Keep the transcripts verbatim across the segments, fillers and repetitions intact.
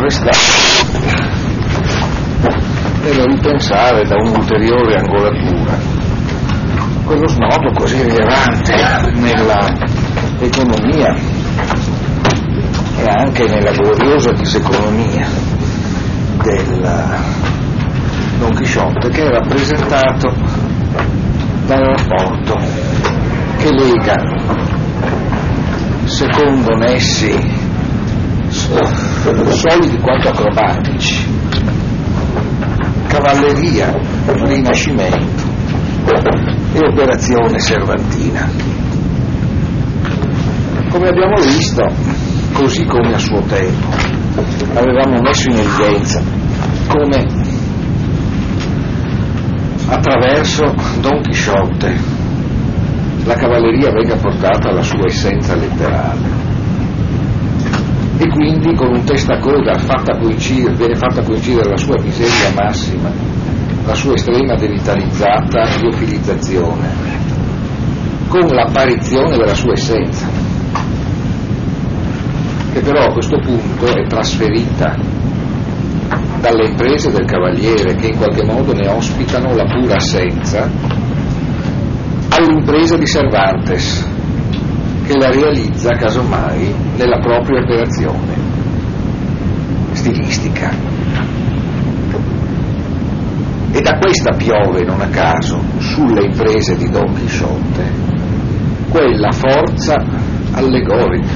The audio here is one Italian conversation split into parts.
arrestato nel ripensare da un'ulteriore angolatura quello snodo così rilevante nella economia e anche nella gloriosa diseconomia del Don Chisciotte, che è rappresentato dal rapporto che lega, secondo nessi solidi quanto acrobatici, cavalleria, rinascimento e operazione cervantina. Come abbiamo visto, così come a suo tempo avevamo messo in evidenza come attraverso Don Chisciotte la cavalleria venga portata alla sua essenza letterale e quindi con un testacoda fatta coincidere, viene fatta coincidere la sua miseria massima, la sua estrema devitalizzata liofilizzazione con l'apparizione della sua essenza, che però a questo punto è trasferita dalle imprese del cavaliere, che in qualche modo ne ospitano la pura assenza, all'impresa di Cervantes, che la realizza casomai nella propria operazione stilistica. E da questa piove, non a caso, sulle imprese di Don Chisciotte quella forza allegorica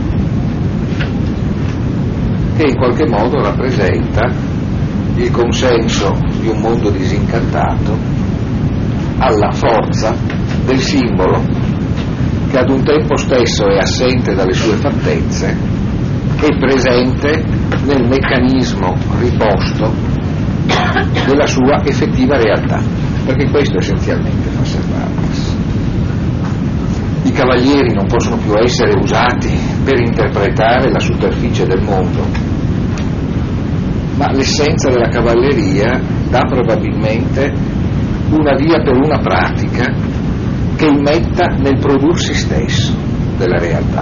che in qualche modo rappresenta il consenso di un mondo disincantato alla forza del simbolo che ad un tempo stesso è assente dalle sue fattezze e presente nel meccanismo riposto della sua effettiva realtà, perché questo essenzialmente fa Cervantes. I cavalieri non possono più essere usati per interpretare la superficie del mondo, ma l'essenza della cavalleria dà probabilmente una via per una pratica che immetta nel prodursi stesso della realtà.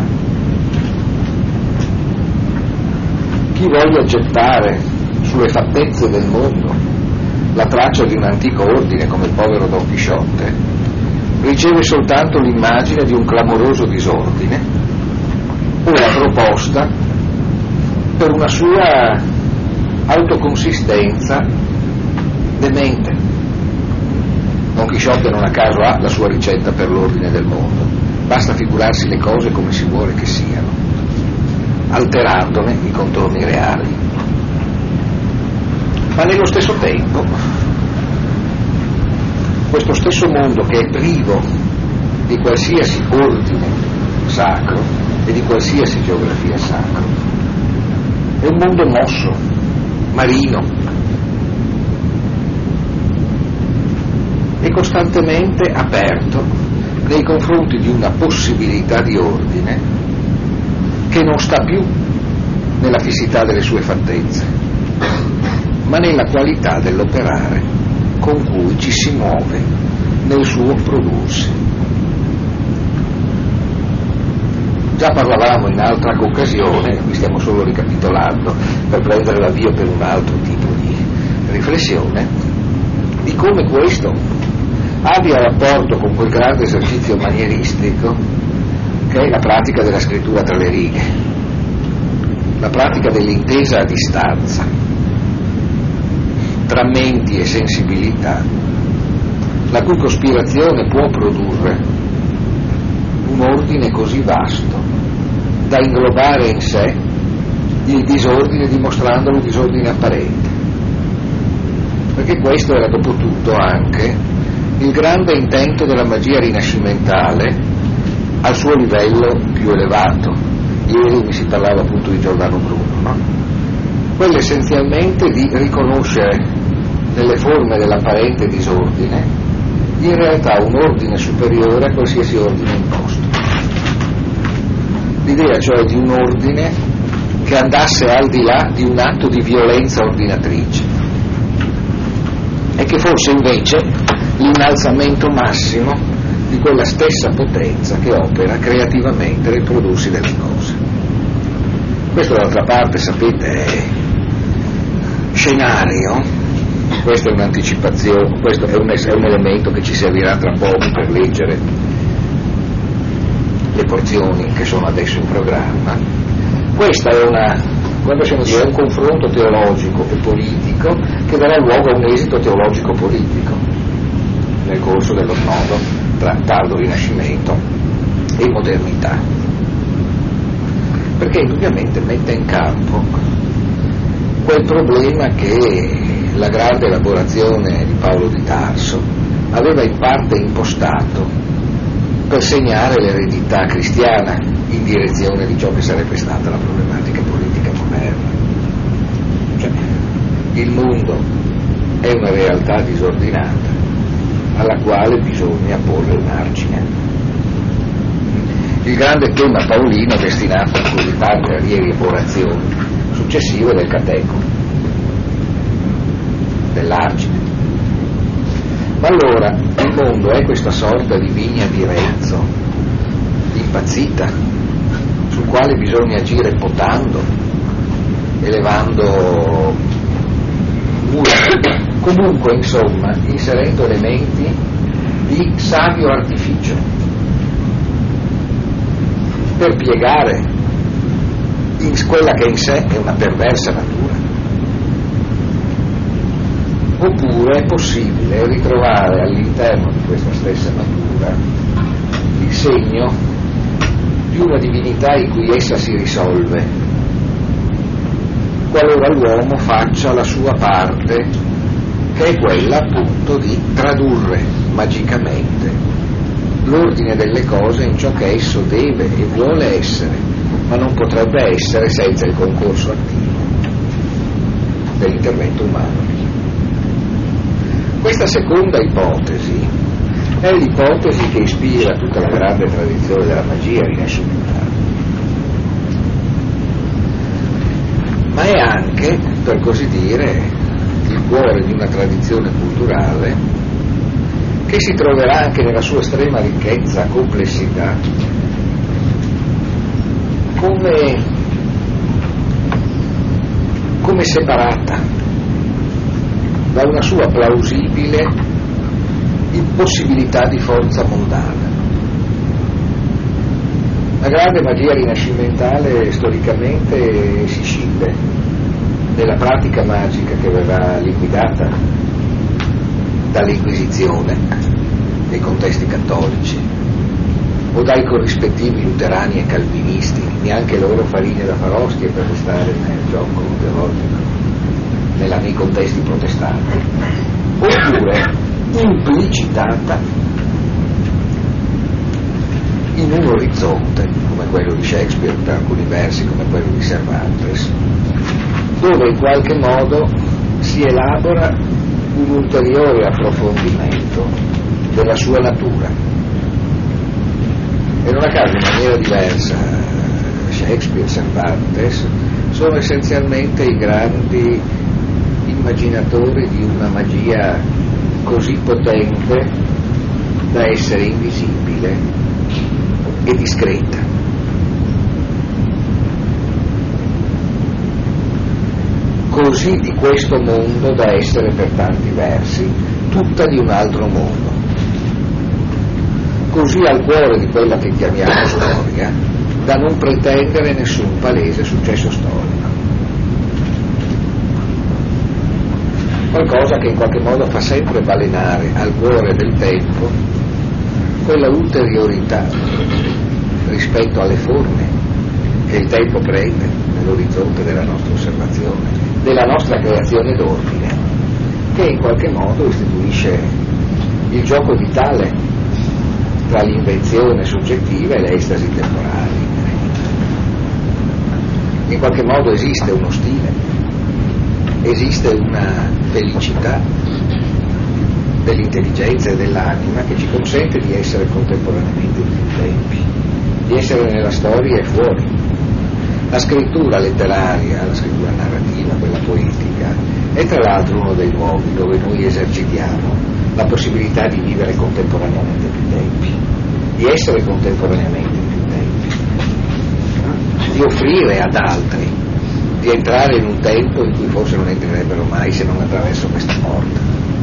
Chi voglia gettare sulle fattezze del mondo la traccia di un antico ordine come il povero Don Chisciotte riceve soltanto l'immagine di un clamoroso disordine o la proposta per una sua autoconsistenza demente. Don Chisciotte non a caso ha la sua ricetta per l'ordine del mondo, basta figurarsi le cose come si vuole che siano, alterandone i contorni reali. Ma nello stesso tempo questo stesso mondo, che è privo di qualsiasi ordine sacro e di qualsiasi geografia sacra, è un mondo mosso, marino, e costantemente aperto nei confronti di una possibilità di ordine che non sta più nella fissità delle sue fattezze, ma nella qualità dell'operare con cui ci si muove nel suo prodursi. Già parlavamo in altra occasione, qui stiamo solo ricapitolando per prendere l'avvio per un altro tipo di riflessione, di come questo abbia rapporto con quel grande esercizio manieristico che è la pratica della scrittura tra le righe, la pratica dell'intesa a distanza tra menti e sensibilità, la cui cospirazione può produrre un ordine così vasto da inglobare in sé il disordine, dimostrandolo disordine apparente, perché questo era dopo tutto anche il grande intento della magia rinascimentale al suo livello più elevato. Ieri mi si parlava appunto di Giordano Bruno, no? Quello essenzialmente di riconoscere nelle forme dell'apparente disordine in realtà un ordine superiore a qualsiasi ordine imposto. L'idea cioè di un ordine che andasse al di là di un atto di violenza ordinatrice e che fosse invece l'innalzamento massimo di quella stessa potenza che opera creativamente nel prodursi delle cose. Questo d'altra parte, sapete, è scenario, questa è un'anticipazione, questo è un, è un elemento che ci servirà tra poco per leggere le porzioni che sono adesso in programma. Questa è una, come possiamo dire, un confronto teologico e politico che darà luogo a un esito teologico-politico nel corso dello snodo tra tardo Rinascimento e modernità, perché indubbiamente mette in campo quel problema che la grande elaborazione di Paolo di Tarso aveva in parte impostato per segnare l'eredità cristiana in direzione di ciò che sarebbe stata la problematica politica moderna. Cioè, il mondo è una realtà disordinata alla quale bisogna porre un argine. Il grande tema paolino è destinato a così tante rielaborazioni successive del cateco, dell'argine. Ma allora il mondo è questa sorta di vigna di Renzo impazzita, sul quale bisogna agire potando, elevando mura, comunque insomma inserendo elementi di savio artificio per piegare in quella che in sé è una perversa natura. Oppure è possibile ritrovare all'interno di questa stessa natura il segno di una divinità in cui essa si risolve, qualora l'uomo faccia la sua parte, che è quella appunto di tradurre magicamente l'ordine delle cose in ciò che esso deve e vuole essere, ma non potrebbe essere senza il concorso attivo dell'intervento umano. Questa seconda ipotesi è l'ipotesi che ispira tutta la grande tradizione della magia rinascimentale, ma è anche, per così dire, il cuore di una tradizione culturale che si troverà anche nella sua estrema ricchezza, complessità, come, come separata da una sua plausibile impossibilità di forza mondana. La grande magia rinascimentale storicamente si scinde della pratica magica che verrà liquidata dall'Inquisizione nei contesti cattolici o dai corrispettivi luterani e calvinisti, neanche loro farine da far ostie per restare nel gioco teologico nei contesti protestanti, oppure implicitata in un orizzonte come quello di Shakespeare, per alcuni versi come quello di Cervantes, dove in qualche modo si elabora un ulteriore approfondimento della sua natura. E non a caso, in maniera diversa, Shakespeare e Cervantes sono essenzialmente i grandi immaginatori di una magia così potente da essere invisibile e discreta. Così di questo mondo da essere per tanti versi tutta di un altro mondo. Così al cuore di quella che chiamiamo storia da non pretendere nessun palese successo storico. Qualcosa che in qualche modo fa sempre balenare al cuore del tempo quella ulteriorità rispetto alle forme che il tempo prende nell'orizzonte della nostra osservazione, della nostra creazione d'ordine, che in qualche modo istituisce il gioco vitale tra l'invenzione soggettiva e le estasi temporali. In qualche modo esiste uno stile, esiste una felicità dell'intelligenza e dell'anima che ci consente di essere contemporaneamente in più tempi, di essere nella storia e fuori. La scrittura letteraria, la scrittura narrativa, quella poetica, è tra l'altro uno dei luoghi dove noi esercitiamo la possibilità di vivere contemporaneamente in più tempi, di essere contemporaneamente in più tempi, di offrire ad altri di entrare in un tempo in cui forse non entrerebbero mai se non attraverso questa porta.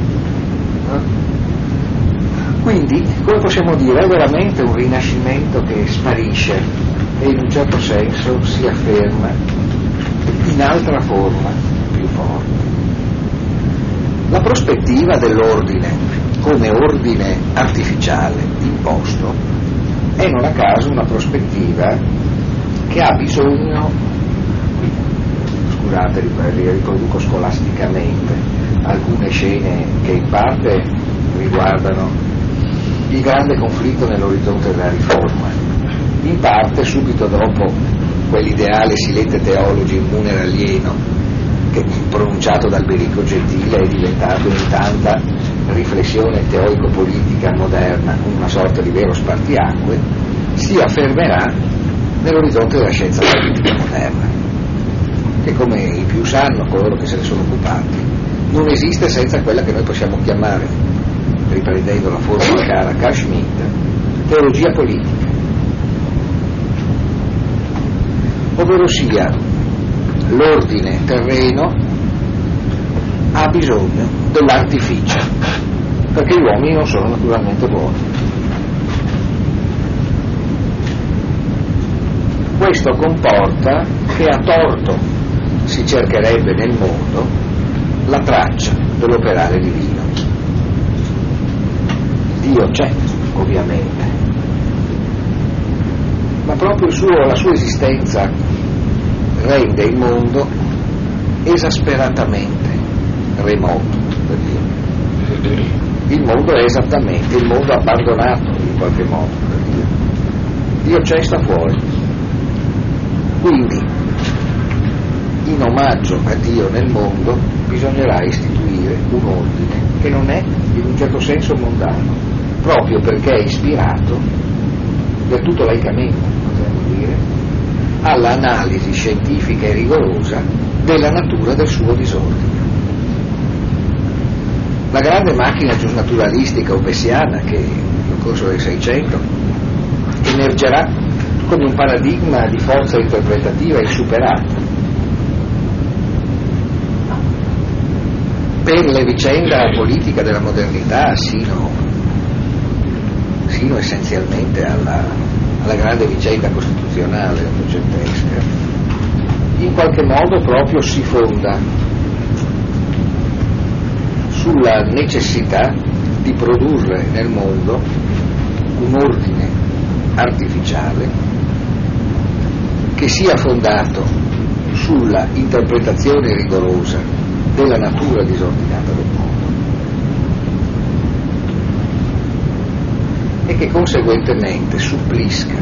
Quindi, come possiamo dire, è veramente un rinascimento che sparisce e in un certo senso si afferma in altra forma più forte. La prospettiva dell'ordine come ordine artificiale imposto è non a caso una prospettiva che ha bisogno, scusate, riproduco scolasticamente alcune scene che in parte riguardano il grande conflitto nell'orizzonte della riforma, in parte subito dopo quell'ideale silente teologi immune all'alieno che pronunciato dal Berico Gentile è diventato in tanta riflessione teorico-politica moderna una sorta di vero spartiacque, si affermerà nell'orizzonte della scienza politica moderna, che come i più sanno coloro che se ne sono occupati non esiste senza quella che noi possiamo chiamare, riprendendo la formula cara a Carl Schmitt, teologia politica, ovvero sia l'ordine terreno ha bisogno dell'artificio, perché gli uomini non sono naturalmente buoni. Questo comporta che a torto si cercherebbe nel mondo la traccia dell'operare divino. Dio c'è, ovviamente, ma proprio il suo, la sua esistenza rende il mondo esasperatamente remoto per Dio. Il mondo è esattamente il mondo abbandonato in qualche modo per Dio. Dio c'è, sta fuori. Quindi in omaggio a Dio nel mondo bisognerà istituire un ordine che non è in un certo senso mondano, proprio perché è ispirato del tutto laicamente, potremmo dire, all'analisi scientifica e rigorosa della natura del suo disordine. La grande macchina giusnaturalistica obessiana che nel corso del Seicento emergerà come un paradigma di forza interpretativa insuperato per la vicenda politica della modernità sino, sino essenzialmente alla, alla grande vicenda costituzionale ottocentesca, in qualche modo proprio si fonda sulla necessità di produrre nel mondo un ordine artificiale che sia fondato sulla interpretazione rigorosa della natura disordinata del mondo e che conseguentemente supplisca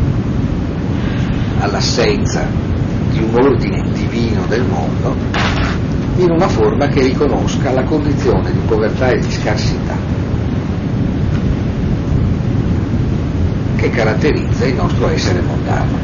all'assenza di un ordine divino del mondo in una forma che riconosca la condizione di povertà e di scarsità che caratterizza il nostro essere mondano.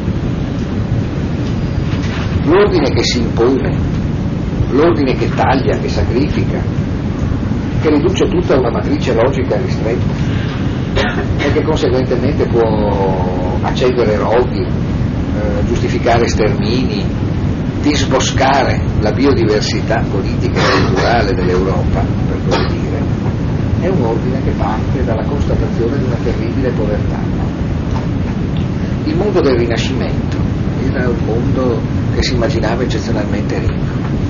L'ordine che si impone, l'ordine che taglia, che sacrifica, che riduce tutto a una matrice logica ristretta e che conseguentemente può accendere roghi, eh, giustificare stermini, disboscare la biodiversità politica e culturale dell'Europa, per così dire, è un ordine che parte dalla constatazione di una terribile povertà. Il mondo del Rinascimento era un mondo che si immaginava eccezionalmente ricco.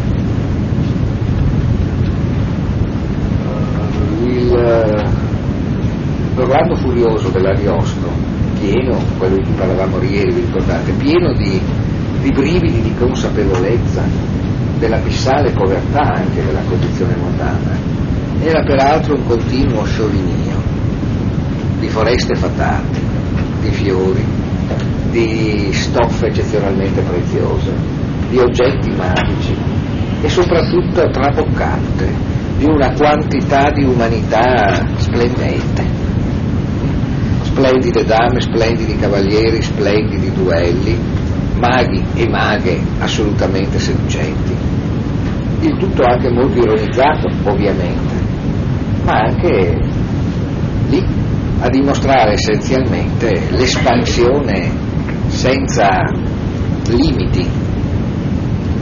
Il l'Orlando furioso dell'Ariosto, pieno, quello di cui parlavamo ieri, vi ricordate, pieno di di brividi di consapevolezza dell'abissale povertà anche della condizione mondana, era peraltro un continuo sciovinio di foreste fatate, di fiori, di stoffe eccezionalmente preziose, di oggetti magici e soprattutto traboccante di una quantità di umanità splendente, splendide dame, splendidi cavalieri, splendidi duelli, maghi e maghe assolutamente seducenti, il tutto anche molto ironizzato ovviamente, ma anche lì a dimostrare essenzialmente l'espansione senza limiti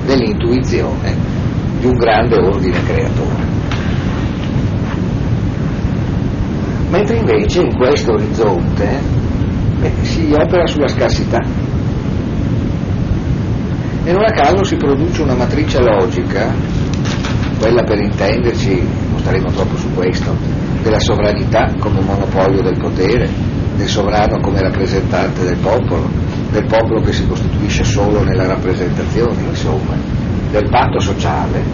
dell'intuizione di un grande ordine creatore. Mentre invece in questo orizzonte beh, si opera sulla scarsità, e non a caso si produce una matrice logica, quella per intenderci, non staremo troppo su questo, della sovranità come monopolio del potere, del sovrano come rappresentante del popolo, del popolo che si costituisce solo nella rappresentazione, insomma, del patto sociale,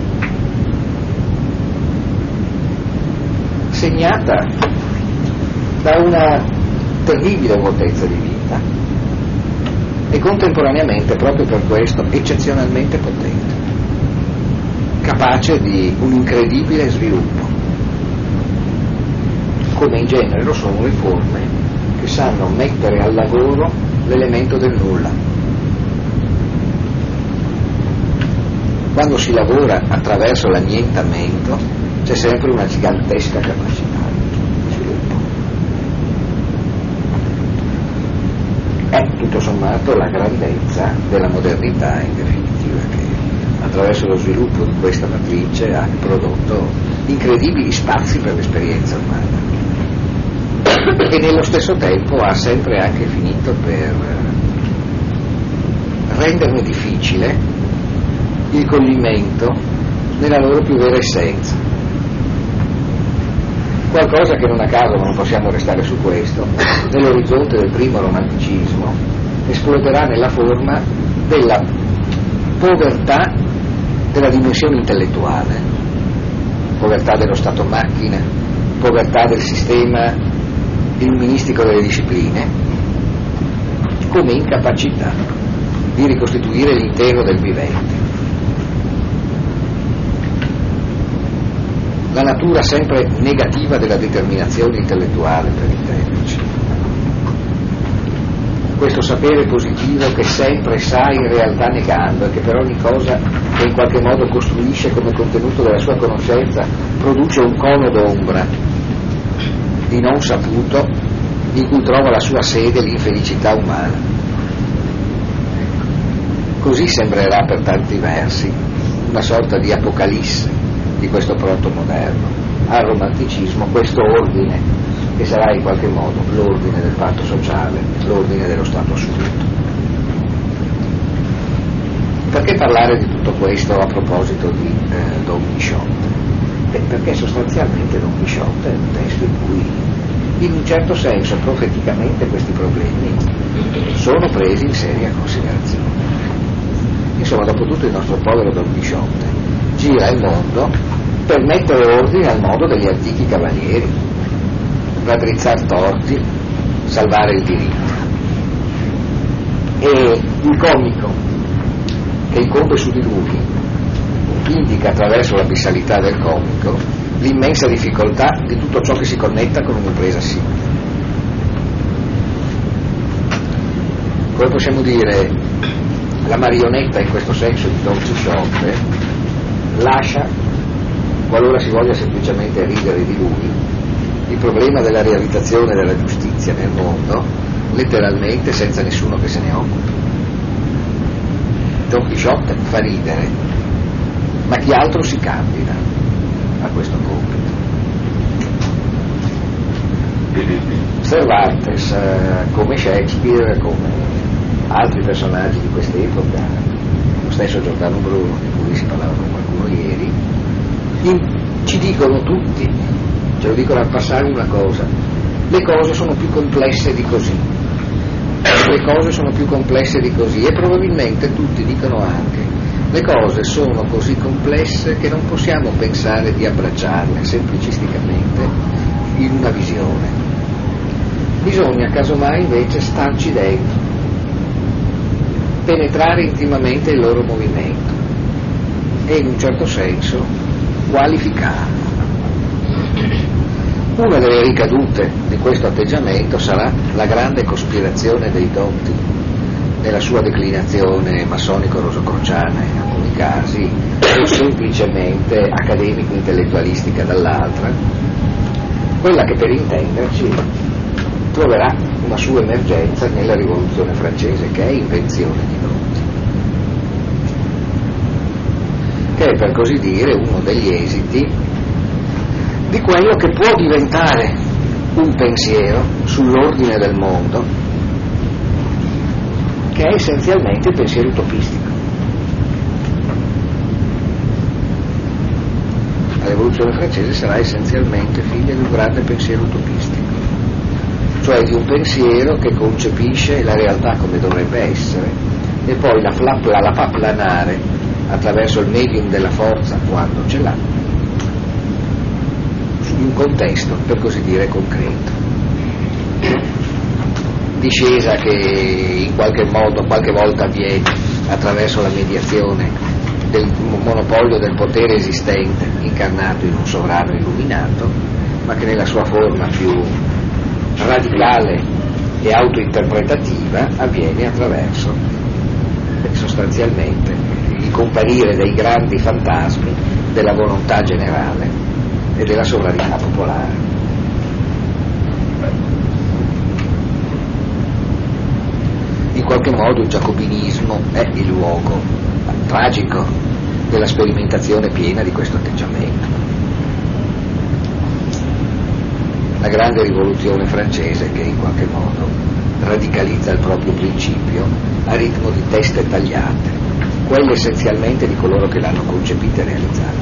segnata da una terribile vuotezza di vita e contemporaneamente, proprio per questo, eccezionalmente potente, capace di un incredibile sviluppo, come in genere lo sono le forme che sanno mettere al lavoro l'elemento del nulla. Quando si lavora attraverso l'annientamento c'è sempre una gigantesca capacità di sviluppo. È tutto sommato la grandezza della modernità, in definitiva, che attraverso lo sviluppo di questa matrice ha prodotto incredibili spazi per l'esperienza umana e nello stesso tempo ha sempre anche finito per renderne difficile il coglimento nella loro più vera essenza. Qualcosa che non a caso, ma non possiamo restare su questo, nell'orizzonte del primo romanticismo esploderà nella forma della povertà della dimensione intellettuale, povertà dello stato macchina, povertà del sistema illuministico delle discipline, come incapacità di ricostituire l'intero del vivente. La natura sempre negativa della determinazione intellettuale, per intenderci. Questo sapere positivo che sempre sa in realtà negando e che per ogni cosa che in qualche modo costruisce come contenuto della sua conoscenza produce un cono d'ombra di non saputo in cui trova la sua sede l'infelicità umana. Così sembrerà per tanti versi una sorta di apocalisse di questo proto moderno al romanticismo, questo ordine che sarà in qualche modo l'ordine del patto sociale, l'ordine dello stato assoluto. Perché parlare di tutto questo a proposito di eh, Don Chisciotte? Beh, perché sostanzialmente Don Chisciotte è un testo in cui in un certo senso profeticamente questi problemi sono presi in seria considerazione. Insomma, dopo tutto il nostro povero Don Chisciotte gira il mondo per mettere ordine al modo degli antichi cavalieri, raddrizzar torti, salvare il diritto. E il comico che incombe su di lui indica attraverso l'abissalità del comico l'immensa difficoltà di tutto ciò che si connetta con un'impresa simile. Come possiamo dire, la marionetta in questo senso di Don Chisciotte lascia, qualora si voglia semplicemente ridere di lui, il problema della realizzazione della giustizia nel mondo letteralmente senza nessuno che se ne occupi. Don Chisciotte fa ridere, ma chi altro si candida a questo compito? Cervantes, come Shakespeare, come altri personaggi di quest'epoca, lo stesso Giordano Bruno, di cui si parlava con qualcuno ieri, in, ci dicono tutti, ce lo dicono al passare una cosa: le cose sono più complesse di così, le cose sono più complesse di così, e probabilmente tutti dicono anche: le cose sono così complesse che non possiamo pensare di abbracciarle semplicisticamente in una visione. Bisogna casomai invece starci dentro, penetrare intimamente il loro movimento e in un certo senso qualificarlo. Una delle ricadute di questo atteggiamento sarà la grande cospirazione dei dotti, nella sua declinazione massonico-rosocrociana in alcuni casi, o semplicemente accademico-intellettualistica dall'altra, quella che per intenderci troverà una sua emergenza nella rivoluzione francese, che è invenzione di Dotti. che è, per così dire, uno degli esiti di quello che può diventare un pensiero sull'ordine del mondo, che è essenzialmente il pensiero utopistico. La rivoluzione francese sarà essenzialmente figlia di un grande pensiero utopistico, cioè di un pensiero che concepisce la realtà come dovrebbe essere e poi la, la, la fa planare attraverso il medium della forza, quando ce l'ha, in un contesto, per così dire, concreto. Discesa che in qualche modo, qualche volta avviene attraverso la mediazione del monopolio del potere esistente incarnato in un sovrano illuminato, ma che nella sua forma più radicale e autointerpretativa avviene attraverso eh, sostanzialmente il comparire dei grandi fantasmi della volontà generale e della sovranità popolare. In qualche modo il giacobinismo è il luogo tragico della sperimentazione piena di questo atteggiamento. La grande rivoluzione francese, che in qualche modo radicalizza il proprio principio a ritmo di teste tagliate, quelle essenzialmente di coloro che l'hanno concepita e realizzata.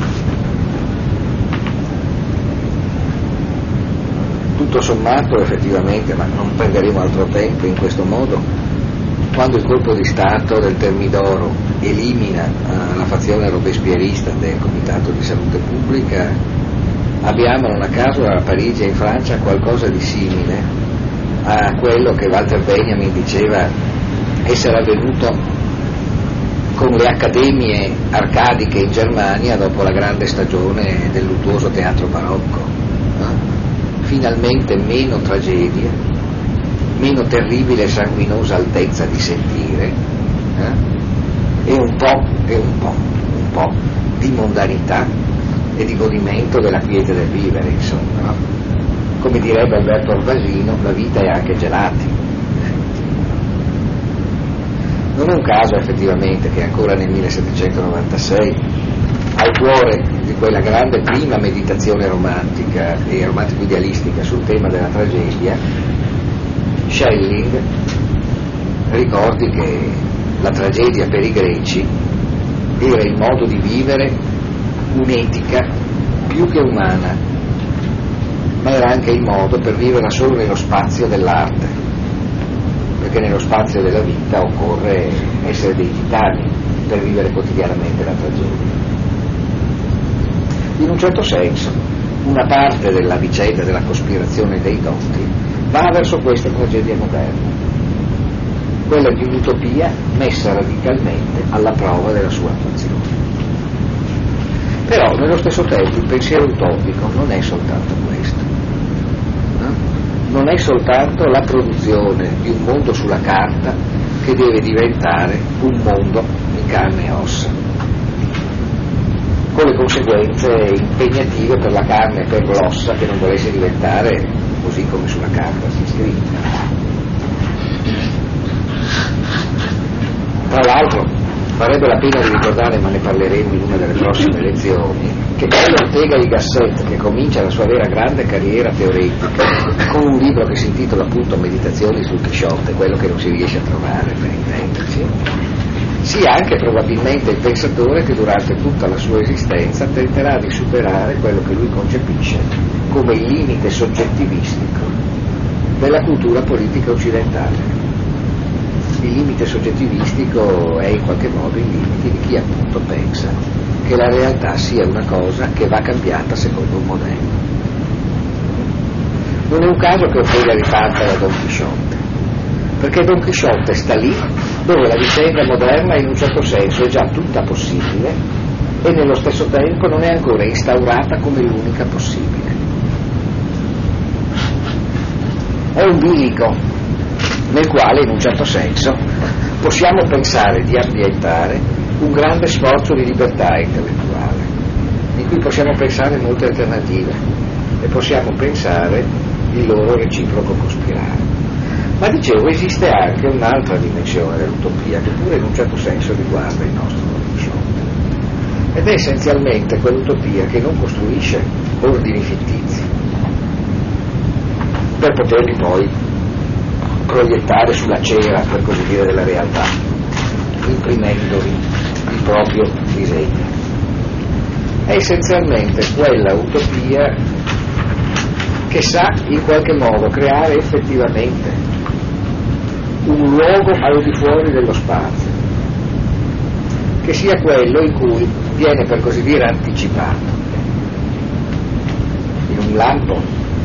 Tutto sommato, effettivamente, ma non perderemo altro tempo in questo modo, quando il colpo di Stato del Termidoro elimina uh, la fazione robespierrista del Comitato di Salute Pubblica, abbiamo non a caso a Parigi e in Francia qualcosa di simile a quello che Walter Benjamin diceva essere avvenuto con le accademie arcadiche in Germania dopo la grande stagione del luttuoso teatro barocco. Eh? Finalmente meno tragedie, meno terribile e sanguinosa altezza di sentire, eh? e un po', e un po', un po' di mondanità e di godimento della quiete del vivere, insomma, no? Come direbbe Alberto Orvasino, la vita è anche gelati. Non è un caso effettivamente che ancora nel millesettecentonovantasei, al cuore di quella grande prima meditazione romantica e romantico-idealistica sul tema della tragedia, Schelling ricordi che la tragedia per i greci era il modo di vivere un'etica più che umana, ma era anche il modo per viverla solo nello spazio dell'arte, perché nello spazio della vita occorre essere dei titani per vivere quotidianamente la tragedia. In un certo senso, una parte della vicenda della cospirazione dei dotti va verso questa tragedia moderna, quella di un'utopia messa radicalmente alla prova della sua attuazione. Però nello stesso tempo il pensiero utopico non è soltanto questo, no? Non è soltanto la produzione di un mondo sulla carta che deve diventare un mondo in carne e ossa, con le conseguenze impegnative per la carne e per l'ossa che non volesse diventare così come sulla carta si scrive. Tra l'altro farebbe la pena di ricordare, ma ne parleremo in una delle prossime lezioni, che quello Ortega y Gasset, che comincia la sua vera grande carriera teoretica con un libro che si intitola appunto Meditazioni sul Chisciotte, quello che non si riesce a trovare per intenderci, sia anche probabilmente il pensatore che durante tutta la sua esistenza tenterà di superare quello che lui concepisce come il limite soggettivistico della cultura politica occidentale. Il limite soggettivistico è in qualche modo il limite di chi appunto pensa che la realtà sia una cosa che va cambiata secondo un modello. Non è un caso che Ortega riparta da Don Chisciotte, perché Don Chisciotte sta lì dove la vicenda moderna in un certo senso è già tutta possibile e nello stesso tempo non è ancora instaurata come l'unica possibile. È un bilico nel quale in un certo senso possiamo pensare di ambientare un grande sforzo di libertà intellettuale, in cui possiamo pensare molte alternative e possiamo pensare il loro reciproco cospirare. Ma dicevo, esiste anche un'altra dimensione dell'utopia che pure in un certo senso riguarda il nostro Don Chisciotte, ed è essenzialmente quell'utopia che non costruisce ordini fittizi per poterli poi proiettare sulla cera, per così dire, della realtà, imprimendovi il proprio disegno. È essenzialmente quella utopia che sa in qualche modo creare effettivamente un luogo al di fuori dello spazio, che sia quello in cui viene, per così dire, anticipato in un lampo,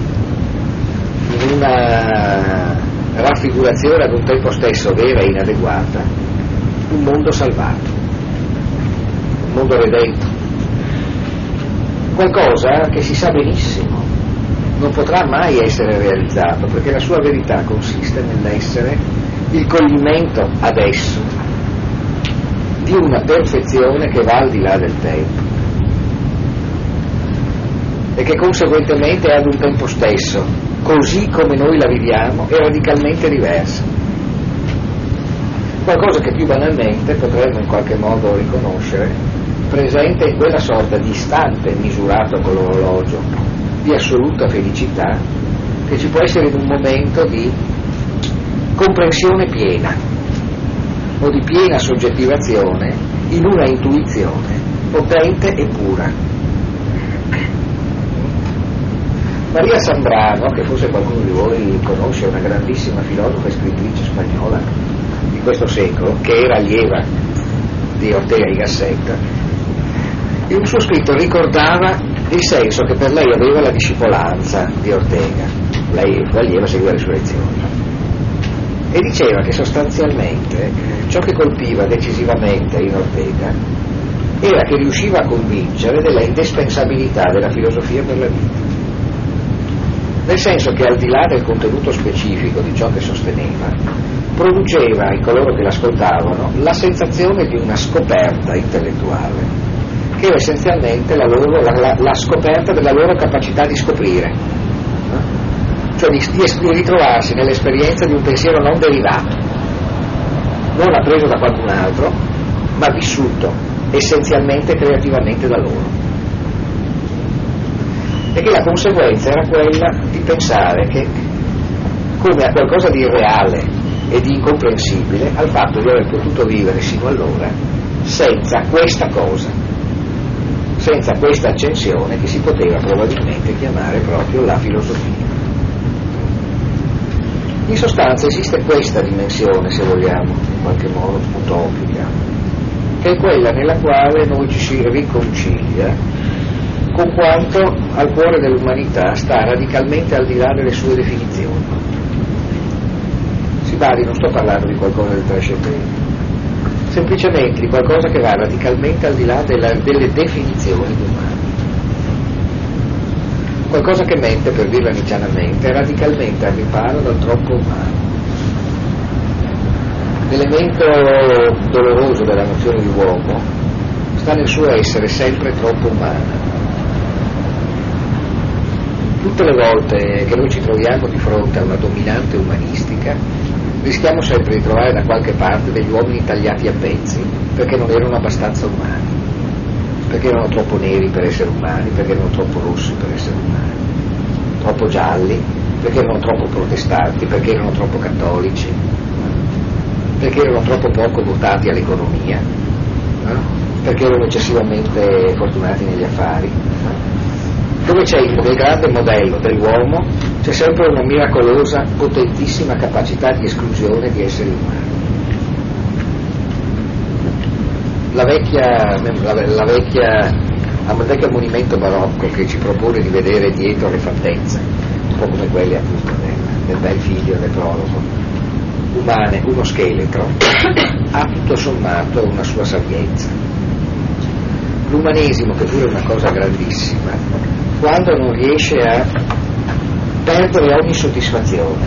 in una raffigurazione ad un tempo stesso vera e inadeguata, un mondo salvato, un mondo redento, qualcosa che si sa benissimo non potrà mai essere realizzato, perché la sua verità consiste nell'essere il coglimento adesso di una perfezione che va al di là del tempo e che conseguentemente è ad un tempo stesso, così come noi la viviamo, è radicalmente diversa. Qualcosa che più banalmente potremmo in qualche modo riconoscere presente in quella sorta di istante misurato con l'orologio di assoluta felicità che ci può essere in un momento di comprensione piena o di piena soggettivazione in una intuizione potente e pura. Maria Zambrano, che forse qualcuno di voi conosce, una grandissima filosofa e scrittrice spagnola di questo secolo, che era allieva di Ortega y Gasset, in un suo scritto ricordava il senso che per lei aveva la discipolanza di Ortega. Lei fu allieva, seguiva le sue lezioni, e diceva che sostanzialmente ciò che colpiva decisivamente in Ortega era che riusciva a convincere della indispensabilità della filosofia per la vita, nel senso che al di là del contenuto specifico di ciò che sosteneva, produceva in coloro che l'ascoltavano la sensazione di una scoperta intellettuale, che era essenzialmente la, loro, la, la, la scoperta della loro capacità di scoprire, no? Cioè di, di ritrovarsi nell'esperienza di un pensiero non derivato, non appreso da qualcun altro, ma vissuto essenzialmente creativamente da loro. E che la conseguenza era quella di pensare che, come a qualcosa di irreale e di incomprensibile, al fatto di aver potuto vivere sino allora senza questa cosa, senza questa accensione che si poteva probabilmente chiamare proprio la filosofia. In sostanza esiste questa dimensione, se vogliamo, in qualche modo utopica, che è quella nella quale noi ci si riconcilia con quanto al cuore dell'umanità sta radicalmente al di là delle sue definizioni. Si badi, non sto parlando di qualcosa del trascendente, semplicemente di qualcosa che va radicalmente al di là della, delle definizioni umane, qualcosa che mette, per dirla niccianamente, radicalmente al riparo dal troppo umano. L'elemento doloroso della nozione di uomo sta nel suo essere sempre troppo umana. Tutte le volte che noi ci troviamo di fronte a una dominante umanistica, rischiamo sempre di trovare da qualche parte degli uomini tagliati a pezzi perché non erano abbastanza umani, perché erano troppo neri per essere umani, perché erano troppo rossi per essere umani, troppo gialli, perché erano troppo protestanti, perché erano troppo cattolici, perché erano troppo poco votati all'economia, no? Perché erano eccessivamente fortunati negli affari. No? Dove c'è il, il grande modello dell'uomo c'è sempre una miracolosa, potentissima capacità di esclusione di esseri umani. La vecchia, la, la vecchia, il vecchio monumento barocco che ci propone di vedere dietro le fattezze, un po' come quelle appunto del, del bel figlio del prologo, umane, uno scheletro, ha tutto sommato una sua sapienza. L'umanesimo, che pure è una cosa grandissima, quando non riesce a perdere ogni soddisfazione,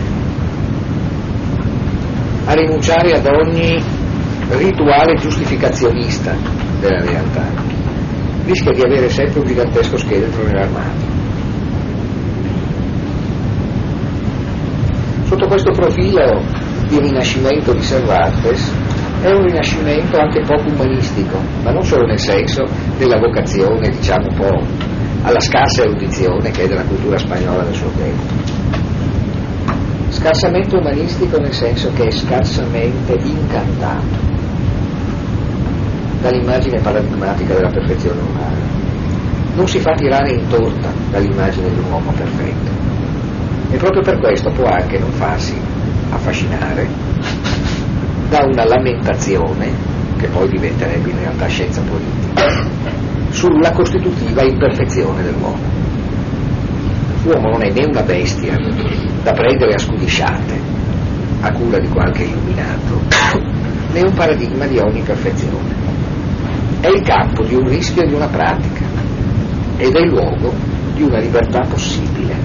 a rinunciare ad ogni rituale giustificazionista della realtà, rischia di avere sempre un gigantesco scheletro nell'armadio. Sotto questo profilo il Rinascimento di Cervantes È un rinascimento anche poco umanistico, ma non solo nel senso della vocazione, diciamo un po' alla scarsa erudizione che è della cultura spagnola del suo tempo. Scarsamente umanistico nel senso che è scarsamente incantato dall'immagine paradigmatica della perfezione umana. Non si fa tirare in torta dall'immagine di un uomo perfetto e proprio per questo può anche non farsi affascinare da una lamentazione, che poi diventerebbe in realtà scienza politica, sulla costitutiva imperfezione dell'uomo. L'uomo non è né una bestia da prendere a scudisciate a cura di qualche illuminato, né un paradigma di ogni perfezione. È il campo di un rischio e di una pratica ed è il luogo di una libertà possibile.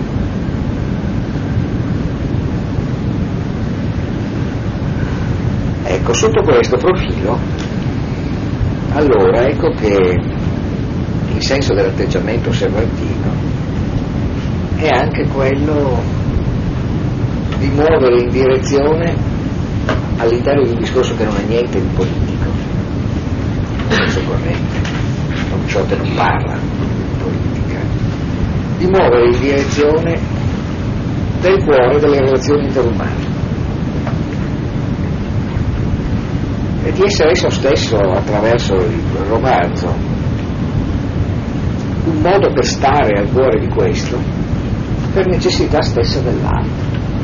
Ecco, sotto questo profilo, allora ecco che il senso dell'atteggiamento servantino è anche quello di muovere in direzione, all'interno di un discorso che non è niente di politico, in senso corrente, Don Quixote non parla di politica, di muovere in direzione del cuore delle relazioni interumane e di essere esso stesso, attraverso il romanzo, un modo per stare al cuore di questo per necessità stessa dell'altro.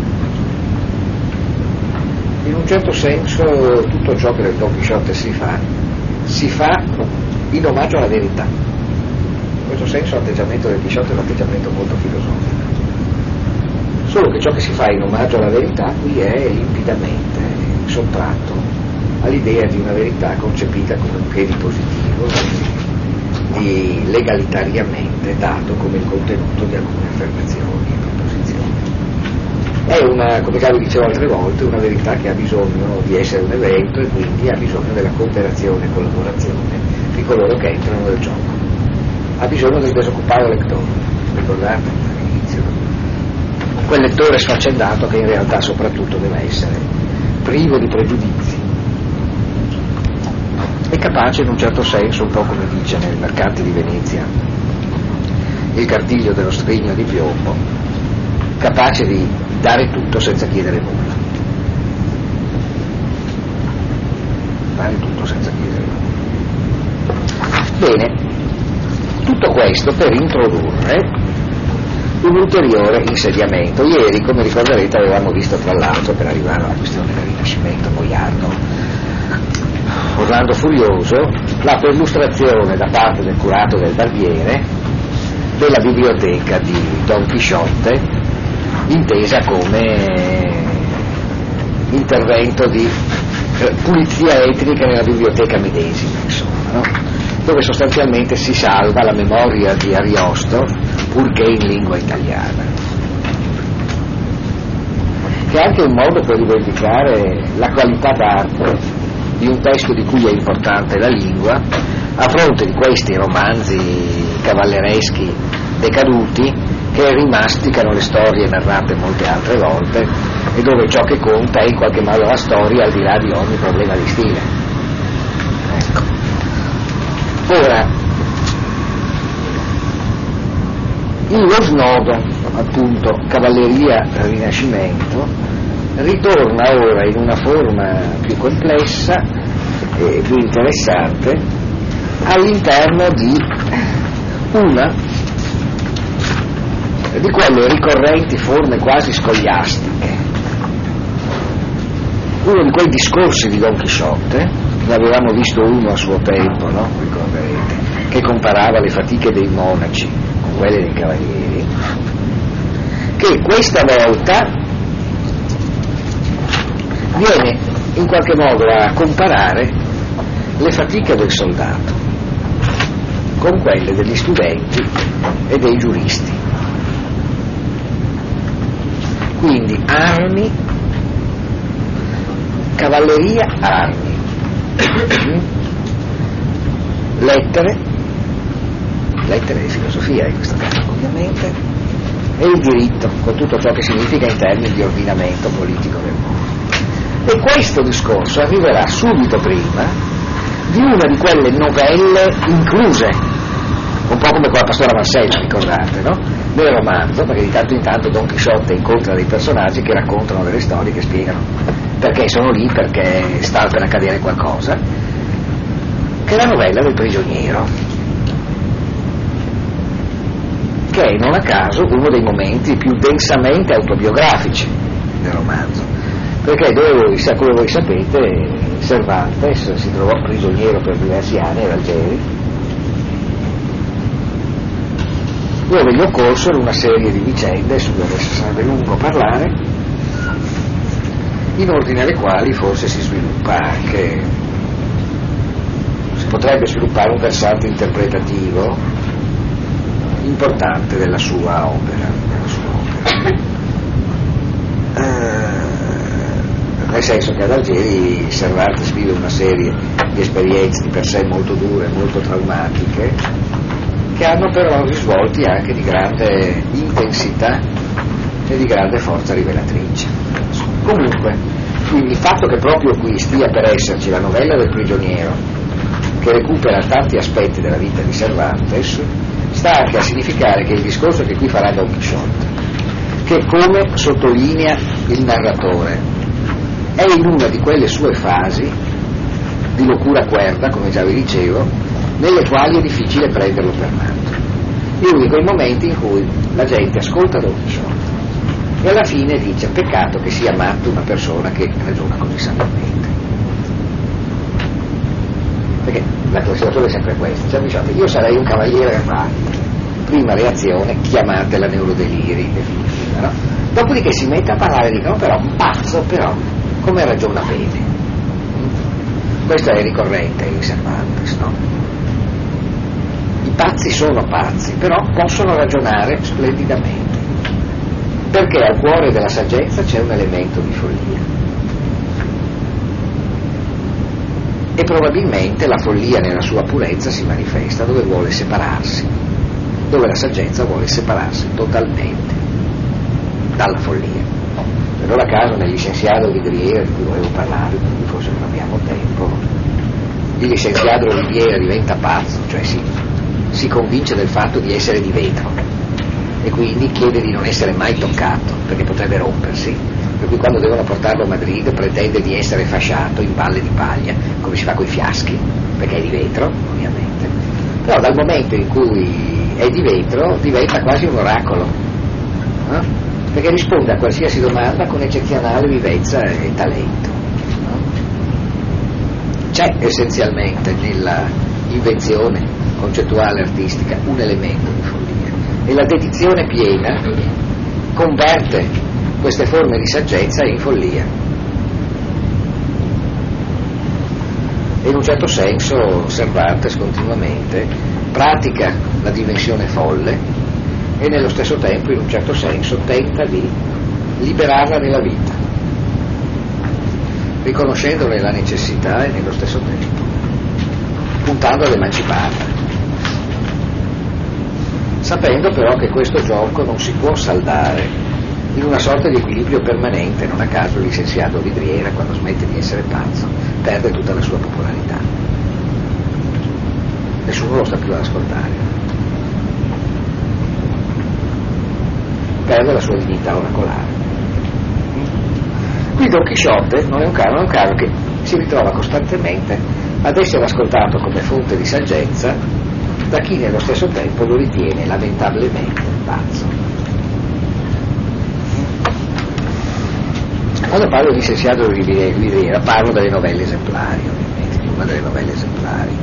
In un certo senso tutto ciò che nel Don Quixote si fa si fa in omaggio alla verità. In questo senso l'atteggiamento del Quixote è un atteggiamento molto filosofico, solo che ciò che si fa in omaggio alla verità qui è limpidamente sottratto all'idea di una verità concepita come un che di positivo, di legalitariamente dato come il contenuto di alcune affermazioni e proposizioni. È una, come già vi dicevo altre volte, una verità che ha bisogno di essere un evento e quindi ha bisogno della cooperazione e collaborazione di coloro che entrano nel gioco. Ha bisogno del disoccupato lettore, ricordate all'inizio? Quel lettore sfaccendato che in realtà soprattutto deve essere privo di pregiudizi e capace in un certo senso, un po' come dice nel Mercante di Venezia il Cartiglio dello Scrigno di Piombo, capace di dare tutto senza chiedere nulla. Dare tutto senza chiedere nulla. Bene, tutto questo per introdurre un ulteriore insediamento. Ieri, come ricorderete, avevamo visto tra l'altro, per arrivare alla questione del Rinascimento boiardo, Orlando Furioso, la perlustrazione da parte del curato del Barbiere della biblioteca di Don Quixote, intesa come intervento di pulizia etnica nella biblioteca medesima, insomma, no? Dove sostanzialmente si salva la memoria di Ariosto, purché in lingua italiana, che è anche un modo per rivendicare la qualità d'arte di un testo di cui è importante la lingua, a fronte di questi romanzi cavallereschi decaduti che rimasticano le storie narrate molte altre volte e dove ciò che conta è in qualche modo la storia al di là di ogni problema di stile. Ecco. Ora, lo snodo, appunto, Cavalleria Rinascimento, ritorna ora in una forma più complessa e più interessante all'interno di una di quelle ricorrenti forme quasi scolastiche, uno di quei discorsi di Don Quixote, ne avevamo visto uno a suo tempo, no? Ricorderete, che comparava le fatiche dei monaci con quelle dei cavalieri, che questa volta viene in qualche modo a comparare le fatiche del soldato con quelle degli studenti e dei giuristi. Quindi armi, cavalleria, armi, lettere, lettere di filosofia in questo caso ovviamente, e il diritto con tutto ciò che significa in termini di ordinamento politico del mondo. E questo discorso arriverà subito prima di una di quelle novelle incluse, un po' come con la Pastora Marcella, ricordate, no? Nel romanzo, perché di tanto in tanto Don Chisciotte incontra dei personaggi che raccontano delle storie, che spiegano perché sono lì, perché sta per accadere qualcosa, che è la novella del prigioniero, che è non a caso uno dei momenti più densamente autobiografici del romanzo, perché dove voi, come voi sapete, Cervantes si trovò prigioniero per diversi anni ad Algeri, dove gli occorsero una serie di vicende su cui adesso sarebbe lungo parlare, in ordine alle quali forse si sviluppa anche, si potrebbe sviluppare un versante interpretativo importante della sua opera, della sua opera. Eh, nel senso che ad Algeri Cervantes vive una serie di esperienze di per sé molto dure, molto traumatiche, che hanno però risvolti anche di grande intensità e di grande forza rivelatrice. Comunque, il fatto che proprio qui stia per esserci la novella del prigioniero, che recupera tanti aspetti della vita di Cervantes, sta anche a significare che il discorso che qui farà Don Chisciotte, che come sottolinea il narratore, è in una di quelle sue fasi di locura cuerda, come già vi dicevo, nelle quali è difficile prenderlo per matto. È uno di quei momenti in cui la gente ascolta Don Chisciotte e alla fine dice: peccato che sia matto una persona che ragiona così sapiamente. Perché la situazione è sempre questa: cioè, diciamo, io sarei un cavaliere fra prima reazione, chiamatela neurodelirio, no? Dopodiché si mette a parlare e dicono: però un pazzo, però come ragiona bene. Questo è ricorrente in Cervantes, no? I pazzi sono pazzi, però possono ragionare splendidamente, perché al cuore della saggezza c'è un elemento di follia. E probabilmente la follia nella sua purezza si manifesta dove vuole separarsi, dove la saggezza vuole separarsi totalmente dalla follia. Per ora caso nel licenziato Vidriera, di cui volevo parlare, forse non abbiamo tempo, il licenziato Vidriera diventa pazzo, cioè si, si convince del fatto di essere di vetro e quindi chiede di non essere mai toccato perché potrebbe rompersi, per cui quando devono portarlo a Madrid pretende di essere fasciato in balle di paglia, come si fa coi fiaschi, perché è di vetro ovviamente, però dal momento in cui è di vetro diventa quasi un oracolo, no? Perché risponde a qualsiasi domanda con eccezionale vivezza e talento, no? C'è essenzialmente nella invenzione concettuale artistica un elemento di follia e la dedizione piena converte queste forme di saggezza in follia, e in un certo senso Cervantes continuamente pratica la dimensione folle e nello stesso tempo in un certo senso tenta di liberarla nella vita, riconoscendone la necessità e nello stesso tempo puntando ad emanciparla, sapendo però che questo gioco non si può saldare in una sorta di equilibrio permanente. Non a caso il licenziato Vidriera, quando smette di essere pazzo, perde tutta la sua popolarità, nessuno lo sta più ad ascoltare, perde la sua dignità oracolare. Qui Don Chisciotte non è un caso, non è un caso che si ritrova costantemente ad essere ascoltato come fonte di saggezza da chi nello stesso tempo lo ritiene lamentabilmente pazzo. Quando parlo di licenziato Vidriera parlo delle novelle esemplari, ovviamente, di una delle novelle esemplari.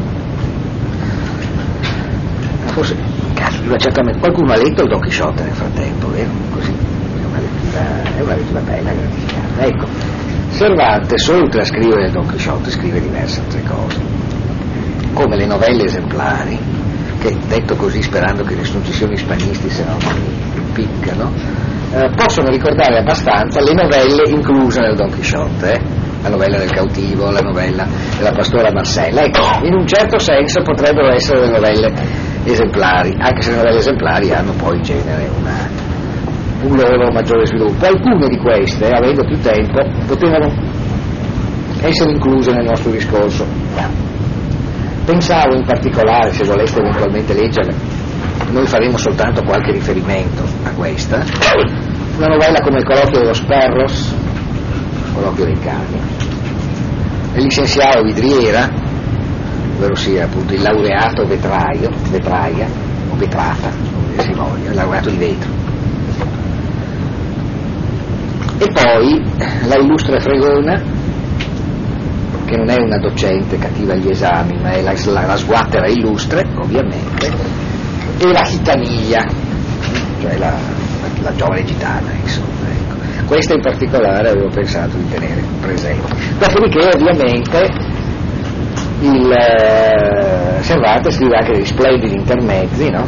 Forse Una certa... qualcuno ha letto il Don Chisciotte nel frattempo, vero? Così è una lettura, è una lettura bella, gratificante. Ecco, Cervantes, oltre a scrivere il Don Chisciotte, scrive diverse altre cose, come le novelle esemplari, che detto così sperando che nessuno ci siano ispanisti, se no mi impiccano, eh, possono ricordare abbastanza le novelle incluse nel Don Chisciotte, eh? La novella del cautivo, la novella della Pastora Marcella. Ecco, in un certo senso potrebbero essere le novelle esemplari, anche se le novelle esemplari hanno poi in genere una, un loro maggiore sviluppo. Alcune di queste, avendo più tempo, potevano essere incluse nel nostro discorso. Pensavo in particolare, se voleste eventualmente leggerle, noi faremo soltanto qualche riferimento a questa, una novella come Il colloquio dello Sperros, Il colloquio dei cani, il licenziato Vidriera, ovvero sia appunto il laureato vetraio, vetraia o vetrata, come si voglia, il laureato di vetro. E poi la illustre Fregona, che non è una docente cattiva agli esami, ma è la, la, la sguattera illustre, ovviamente, e la gitaniglia, cioè la, la, la giovane gitana, insomma. Ecco. Questa in particolare avevo pensato di tenere presente. Dopodiché, ovviamente, il eh, Cervantes scrive anche dei splendidi intermezzi, no?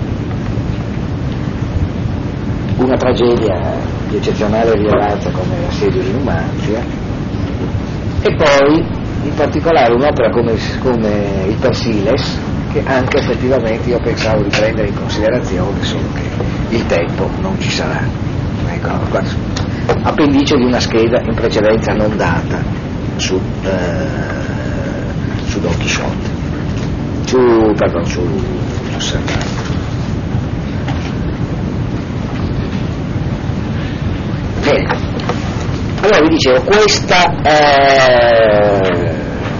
Una tragedia di eccezionale rilevanza come L'assedio di Numanzia, e poi in particolare un'opera come, come il Persiles, che anche effettivamente io pensavo di prendere in considerazione, solo che il tempo non ci sarà. Ecco, appendice di una scheda in precedenza non data su, eh, su Don Chisciotte, su, pardon, su, su Cervantes. Bene. Allora vi dicevo, questa, eh,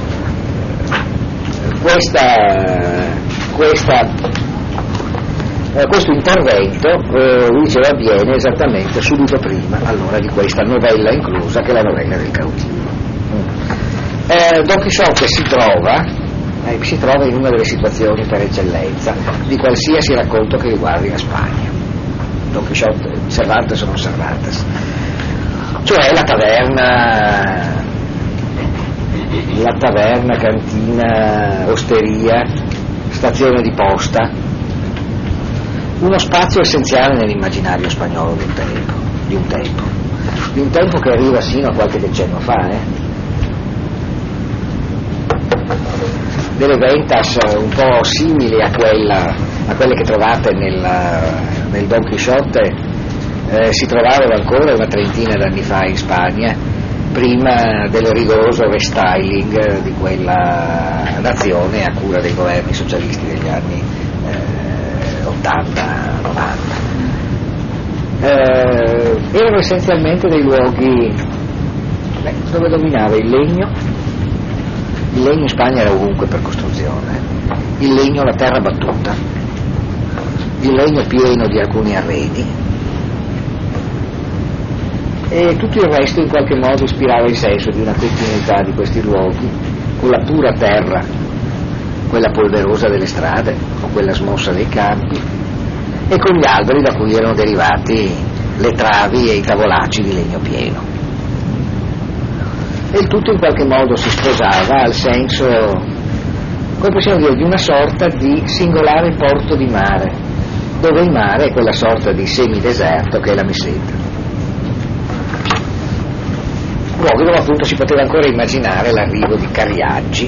questa, questa, eh, questo intervento, eh, vi dicevo, avviene esattamente subito prima allora di questa novella inclusa, che è la novella del Cautivo. Eh, Don Chisciotte si trova, eh, si trova in una delle situazioni per eccellenza di qualsiasi racconto che riguardi la Spagna. Don Chisciotte, Cervantes o non Cervantes. Cioè la taverna, la taverna, cantina, osteria, stazione di posta, uno spazio essenziale nell'immaginario spagnolo di un tempo, di un tempo, di un tempo che arriva sino a qualche decennio fa, eh? Delle ventas un po' simili a, quella, a quelle che trovate nel, nel Don Chisciotte. Eh, si trovavano ancora una trentina d'anni fa in Spagna, prima del rigoroso restyling di quella nazione a cura dei governi socialisti degli anni eh, ottanta novanta. Eh, erano essenzialmente dei luoghi beh, dove dominava il legno. Il legno in Spagna era ovunque per costruzione, il legno, la terra battuta, il legno pieno di alcuni arredi, e tutto il resto in qualche modo ispirava il senso di una continuità di questi luoghi con la pura terra, quella polverosa delle strade o quella smossa dei campi, e con gli alberi da cui erano derivati le travi e i tavolacci di legno pieno. E il tutto in qualche modo si sposava al senso, come possiamo dire, di una sorta di singolare porto di mare, dove il mare è quella sorta di semideserto che è la meseta. Luoghi dove appunto si poteva ancora immaginare l'arrivo di carriaggi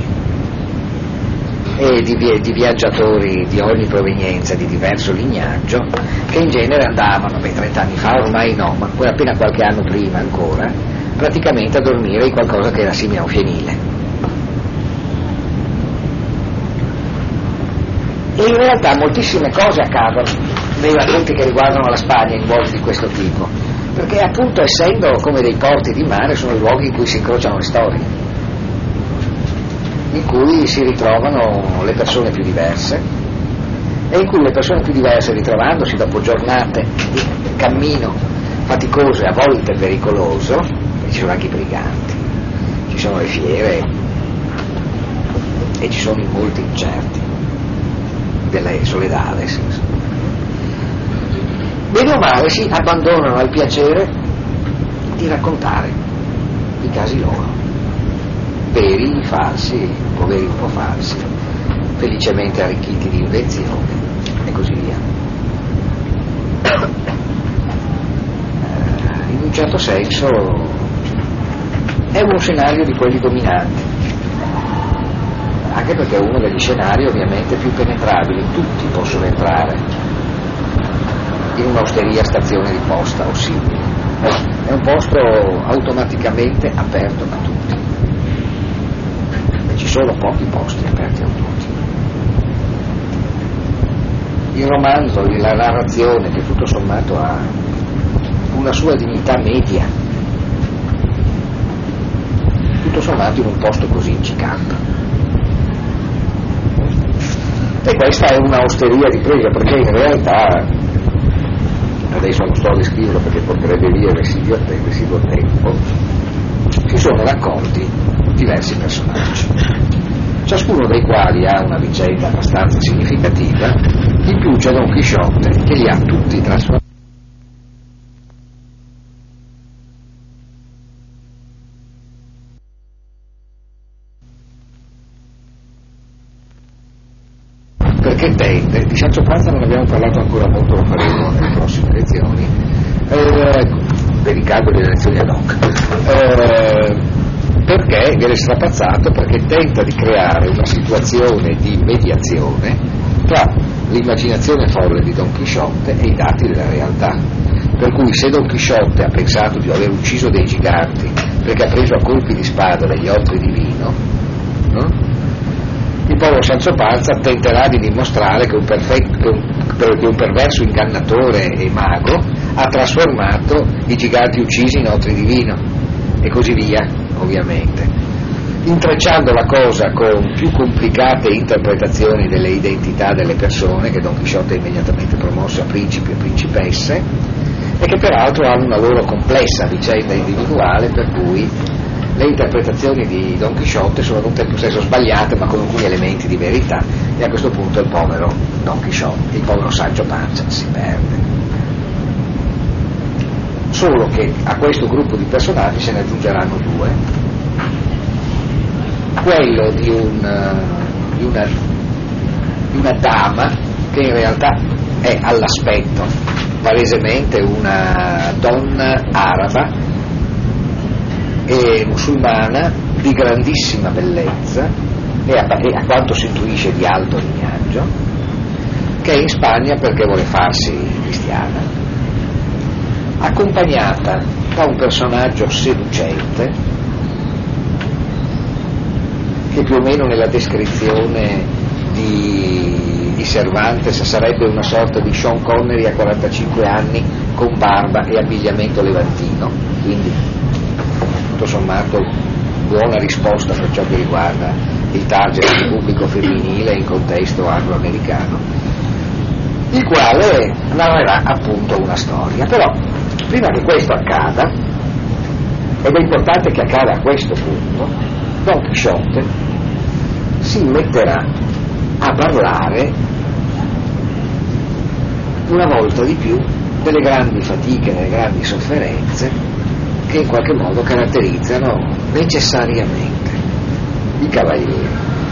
e di, vi- di viaggiatori di ogni provenienza, di diverso lignaggio, che in genere andavano, beh, trent'anni fa ormai no, ma poi appena qualche anno prima ancora, praticamente a dormire in qualcosa che era simile a un fienile. E in realtà moltissime cose accadono nei racconti che riguardano la Spagna in luoghi di questo tipo, perché appunto essendo come dei porti di mare sono i luoghi in cui si incrociano le storie, in cui si ritrovano le persone più diverse e in cui le persone più diverse, ritrovandosi dopo giornate di cammino faticoso e a volte pericoloso, ci sono anche i briganti, ci sono le fiere e ci sono i molti incerti delle soledades, bene o male si abbandonano al piacere di raccontare i casi loro, veri, falsi, o veri un po' falsi, felicemente arricchiti di invenzioni e così via. In un certo senso è uno scenario di quelli dominanti, anche perché è uno degli scenari ovviamente più penetrabili, tutti possono entrare in un'osteria stazione di posta o simile, è un posto automaticamente aperto a tutti. sono pochi posti aperti a tutti. Il romanzo, la narrazione, che tutto sommato ha una sua dignità media, tutto sommato in un posto così inciccato. E questa è una osteria di presa, perché in realtà, adesso non sto a descriverlo perché porterebbe via il residuo, il residuo tempo, si sono raccolti diversi personaggi, ciascuno dei quali ha una vicenda abbastanza significativa. In più c'è Don Chisciotte che li ha tutti trasformati. Perché tende, di Sancho Panza non abbiamo parlato ancora molto, lo faremo nelle prossime lezioni, eh, dedicando le lezioni ad hoc, eh, perché viene strapazzato perché tenta di creare una situazione di mediazione tra l'immaginazione folle di Don Chisciotte e i dati della realtà. Per cui se Don Chisciotte ha pensato di aver ucciso dei giganti perché ha preso a colpi di spada degli otri di vino, no? Il povero Sancho Panza tenterà di dimostrare che un, perfetto, che, un, che un perverso ingannatore e mago ha trasformato i giganti uccisi in otri di vino, e così via, ovviamente, intrecciando la cosa con più complicate interpretazioni delle identità delle persone che Don Chisciotte ha immediatamente promosse a principi e principesse, e che peraltro hanno una loro complessa vicenda individuale, per cui le interpretazioni di Don Chisciotte sono non tempo stesso sbagliate, ma con alcuni elementi di verità, e a questo punto il povero Don Chisciotte, il povero Sancho Panza si perde. Solo che a questo gruppo di personaggi se ne aggiungeranno due: quello di, un, di, una, di una dama che in realtà è all'aspetto palesemente una donna araba e musulmana di grandissima bellezza e a, e a quanto si intuisce di alto lignaggio, che è in Spagna perché vuole farsi cristiana, accompagnata da un personaggio seducente che più o meno nella descrizione di, di Cervantes sarebbe una sorta di Sean Connery a quarantacinque anni con barba e abbigliamento levantino, quindi tutto sommato buona risposta per ciò che riguarda il target del pubblico femminile in contesto anglo-americano, il quale narrerà appunto una storia. Però prima che questo accada, ed è importante che accada a questo punto, Don Chisciotte si metterà a parlare una volta di più delle grandi fatiche, delle grandi sofferenze che in qualche modo caratterizzano necessariamente i cavalieri.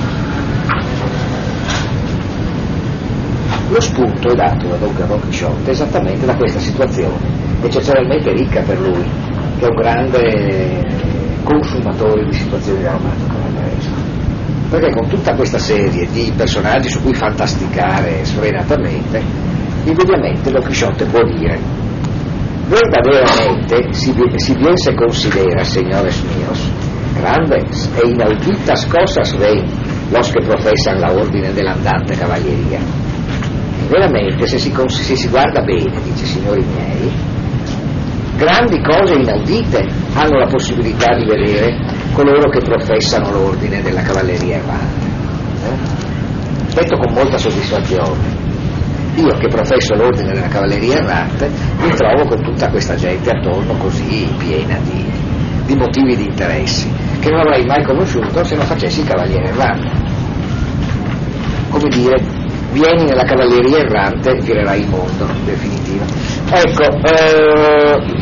Lo spunto è dato da Don Chisciotte esattamente da questa situazione eccezionalmente ricca per lui, che è un grande consumatore di situazioni da romanzo cavalleresco, perché con tutta questa serie di personaggi su cui fantasticare sfrenatamente, indubbiamente Don Chisciotte può dire: verdaderamente, si, si bien se considera, señores míos, grandes e inauditas cosas ven los que profesan la ordine dell'andante cavalleria. E veramente, se si, se si guarda bene, dice, signori miei, grandi cose inaudite hanno la possibilità di vedere coloro che professano l'ordine della cavalleria errante. Eh? Detto con molta soddisfazione, io che professo l'ordine della cavalleria errante mi trovo con tutta questa gente attorno così piena di, di motivi di interessi che non avrei mai conosciuto se non facessi il cavaliere errante. Come dire, vieni nella cavalleria errante, girerai il mondo, in definitiva. Ecco, eh,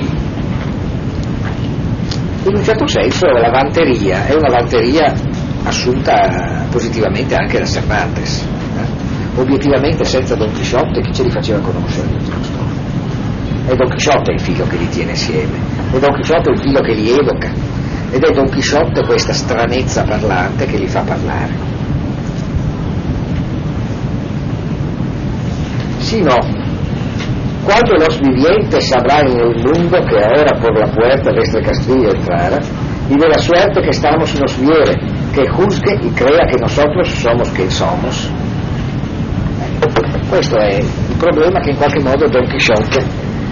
in un certo senso la vanteria è una vanteria assunta positivamente anche da Cervantes. Obiettivamente, senza Don Chisciotte chi ce li faceva conoscere le loro storie? È Don Chisciotte il filo che li tiene insieme, è Don Chisciotte il filo che li evoca, ed è Don Chisciotte questa stranezza parlante che li fa parlare. Sì, no, cuando los vivientes sabrán en el mundo que ahora por la puerta de este castillo entrara, y de la suerte que estamos nos viere, que juzgue y crea que nosotros somos quien somos. Questo è il problema che in qualche modo Don Chisciotte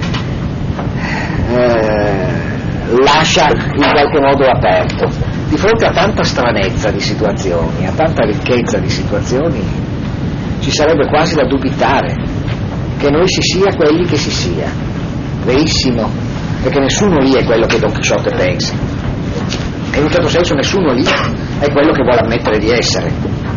eh, lascia in qualche modo aperto. Di fronte a tanta stranezza di situazioni, a tanta ricchezza di situazioni, ci sarebbe quasi da dubitare che noi si sia quelli che si sia. Verissimo, perché nessuno lì è quello che Don Chisciotte pensa, e in un certo senso nessuno lì è quello che vuole ammettere di essere.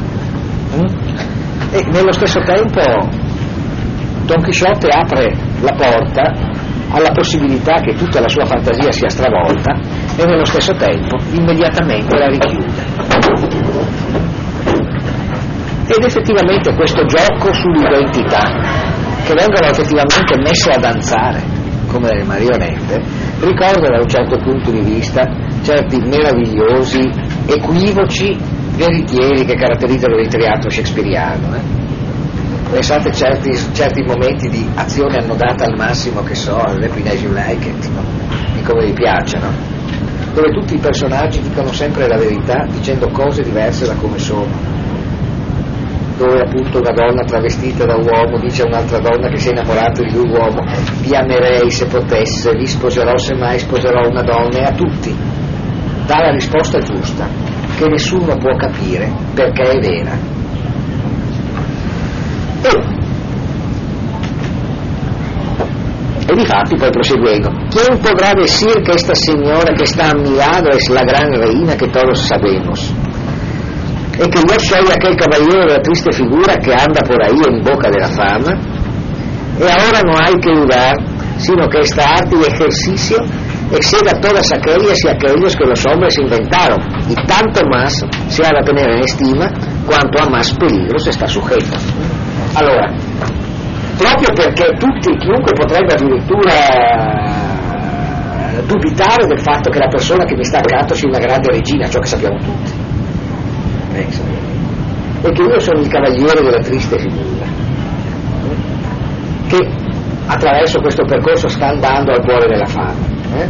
E nello stesso tempo Don Chisciotte apre la porta alla possibilità che tutta la sua fantasia sia stravolta, e nello stesso tempo immediatamente la richiude. Ed effettivamente questo gioco sull'identità, che vengono effettivamente messe a danzare come delle marionette, ricorda da un certo punto di vista certi meravigliosi equivoci veritieri che caratterizzano il teatro shakespeariano. Eh? Pensate certi, certi momenti di azione annodata al massimo, che so, Happy As You Like It, no? Di come vi piacciono, dove tutti i personaggi dicono sempre la verità dicendo cose diverse da come sono, dove appunto una donna travestita da uomo dice a un'altra donna che si è innamorata di un uomo: vi amerei se potesse, vi sposerò se mai sposerò una donna, e a tutti dà la risposta giusta, che nessuno può capire perché è vera. E, e difatti poi proseguendo: ¿quién podrá decir que esta señora que está a mi lado es la gran reina que todos sabemos? E que yo soy aquel caballero de la triste figura que anda por ahí en boca de la fama. Y ahora no hay que dudar, sino que esta arte y ejercicio excede a todas aquellas y aquellos que los hombres inventaron, y tanto más se ha de tener en estima quanto a más peligros está sujeto. Allora, proprio perché tutti, chiunque potrebbe addirittura dubitare del fatto che la persona che mi sta accanto sia una grande regina, ciò che sappiamo tutti, e che io sono il cavaliere della triste figura, che attraverso questo percorso sta andando al cuore della fama. Eh?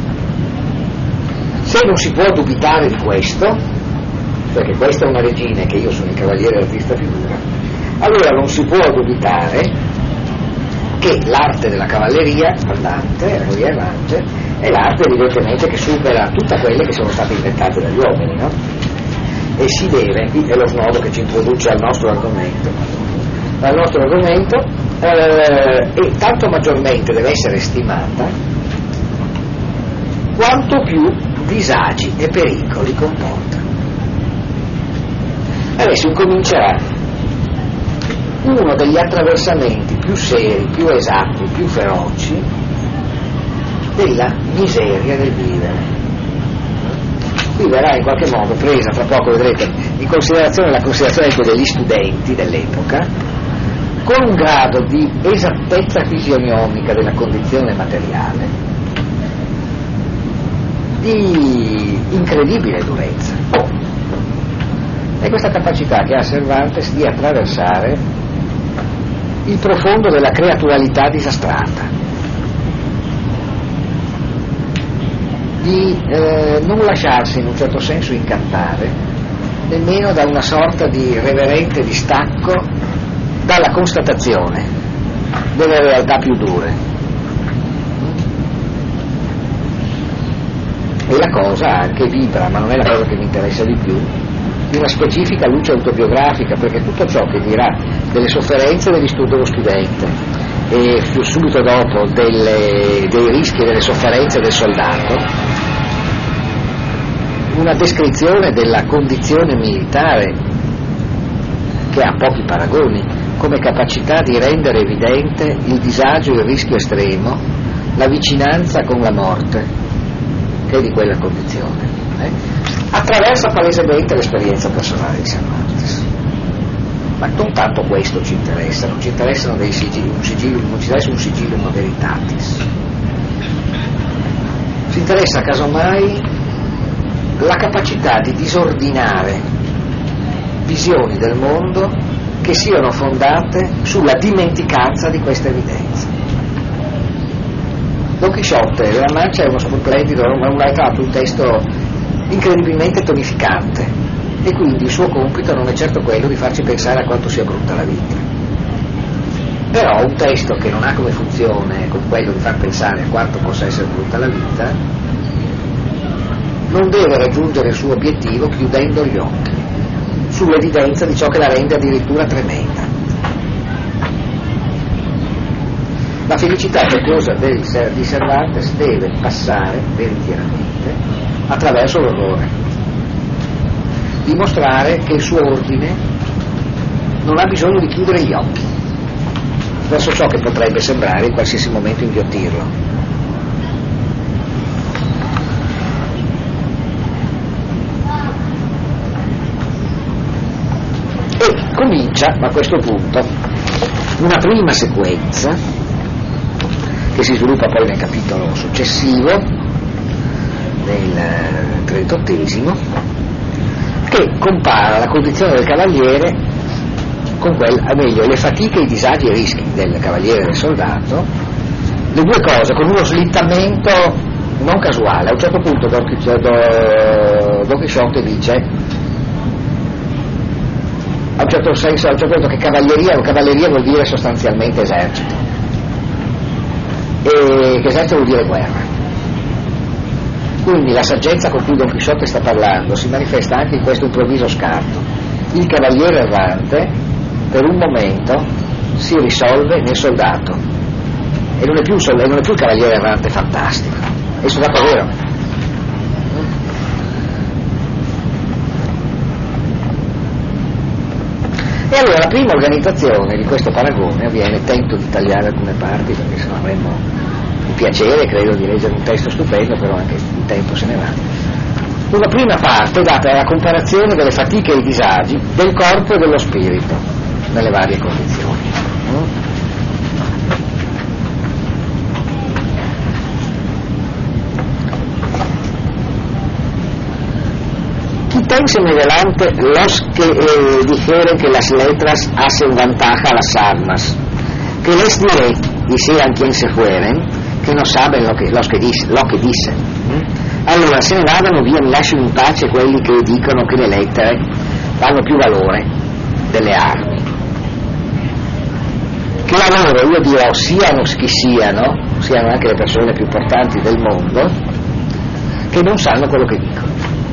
Se non si può dubitare di questo, perché questa è una regina e che io sono il cavaliere della triste figura, allora non si può dubitare che l'arte della cavalleria andante, errante, è l'arte evidentemente che supera tutte quelle che sono state inventate dagli uomini, no? E si deve, qui è lo snodo che ci introduce al nostro argomento, al nostro argomento eh, e tanto maggiormente deve essere stimata quanto più disagi e pericoli comporta. Adesso incomincerà uno degli attraversamenti più seri, più esatti, più feroci della miseria del vivere. Qui verrà in qualche modo presa, tra poco vedrete, in considerazione la considerazione degli studenti dell'epoca, con un grado di esattezza fisionomica della condizione materiale di incredibile durezza. È questa capacità che ha Cervantes di attraversare il profondo della creaturalità disastrata, di eh, non lasciarsi in un certo senso incantare nemmeno da una sorta di reverente distacco dalla constatazione delle realtà più dure. E la cosa anche vibra, ma non è la cosa che mi interessa di più, di una specifica luce autobiografica, perché tutto ciò che dirà delle sofferenze dello studente e subito dopo delle, dei rischi e delle sofferenze del soldato, una descrizione della condizione militare che ha pochi paragoni, come capacità di rendere evidente il disagio, il rischio estremo, la vicinanza con la morte che è di quella condizione, eh? attraversa palesemente l'esperienza personale di Cervantes. Ma non tanto questo ci interessa, non ci interessano dei sigilli, un sigillo, non ci interessa un sigillum veritatis. Ci interessa casomai la capacità di disordinare visioni del mondo che siano fondate sulla dimenticanza di questa evidenza. Don Chisciotte della Mancia è uno splendido, ha tratto un testo incredibilmente tonificante, e quindi il suo compito non è certo quello di farci pensare a quanto sia brutta la vita. Però un testo che non ha come funzione con quello di far pensare a quanto possa essere brutta la vita non deve raggiungere il suo obiettivo chiudendo gli occhi sull'evidenza di ciò che la rende addirittura tremenda. La felicità giocosa di Cervantes deve passare veritigeramente attraverso l'orrore, dimostrare che il suo ordine non ha bisogno di chiudere gli occhi verso ciò che potrebbe sembrare in qualsiasi momento inghiottirlo. E comincia a questo punto una prima sequenza che si sviluppa poi nel capitolo successivo, nel trentottesimo, che compara la condizione del cavaliere con quel, o meglio, le fatiche, i disagi e i rischi del cavaliere e del soldato, le due cose con uno slittamento non casuale. A un certo punto Don Chisciotte dice, a un certo senso, a un certo punto, che cavalleria, cavalleria vuol dire sostanzialmente esercito, e che esercito vuol dire guerra. Quindi la saggezza con cui Don Chisciotte sta parlando si manifesta anche in questo improvviso scarto. Il cavaliere errante per un momento si risolve nel soldato e non è più, e non è più il cavaliere errante fantastico, è il soldato vero. E allora la prima organizzazione di questo paragone avviene, tento di tagliare alcune parti perché se no avremmo il piacere, credo, di leggere un testo stupendo, però anche il tempo se ne va. Una prima parte è data alla comparazione delle fatiche e i disagi del corpo e dello spirito nelle varie condizioni. Quítense adelante los que eh, dijeron que las letras hacen ventaja a las armas, que les diré, y sean quien se fueren, che non saben lo che, lo che, dice, lo che disse. Allora se ne vadano via, mi lasciano in pace quelli che dicono che le lettere hanno più valore delle armi. Che la loro, io dirò, siano chi siano, siano anche le persone più importanti del mondo, che non sanno quello che dicono.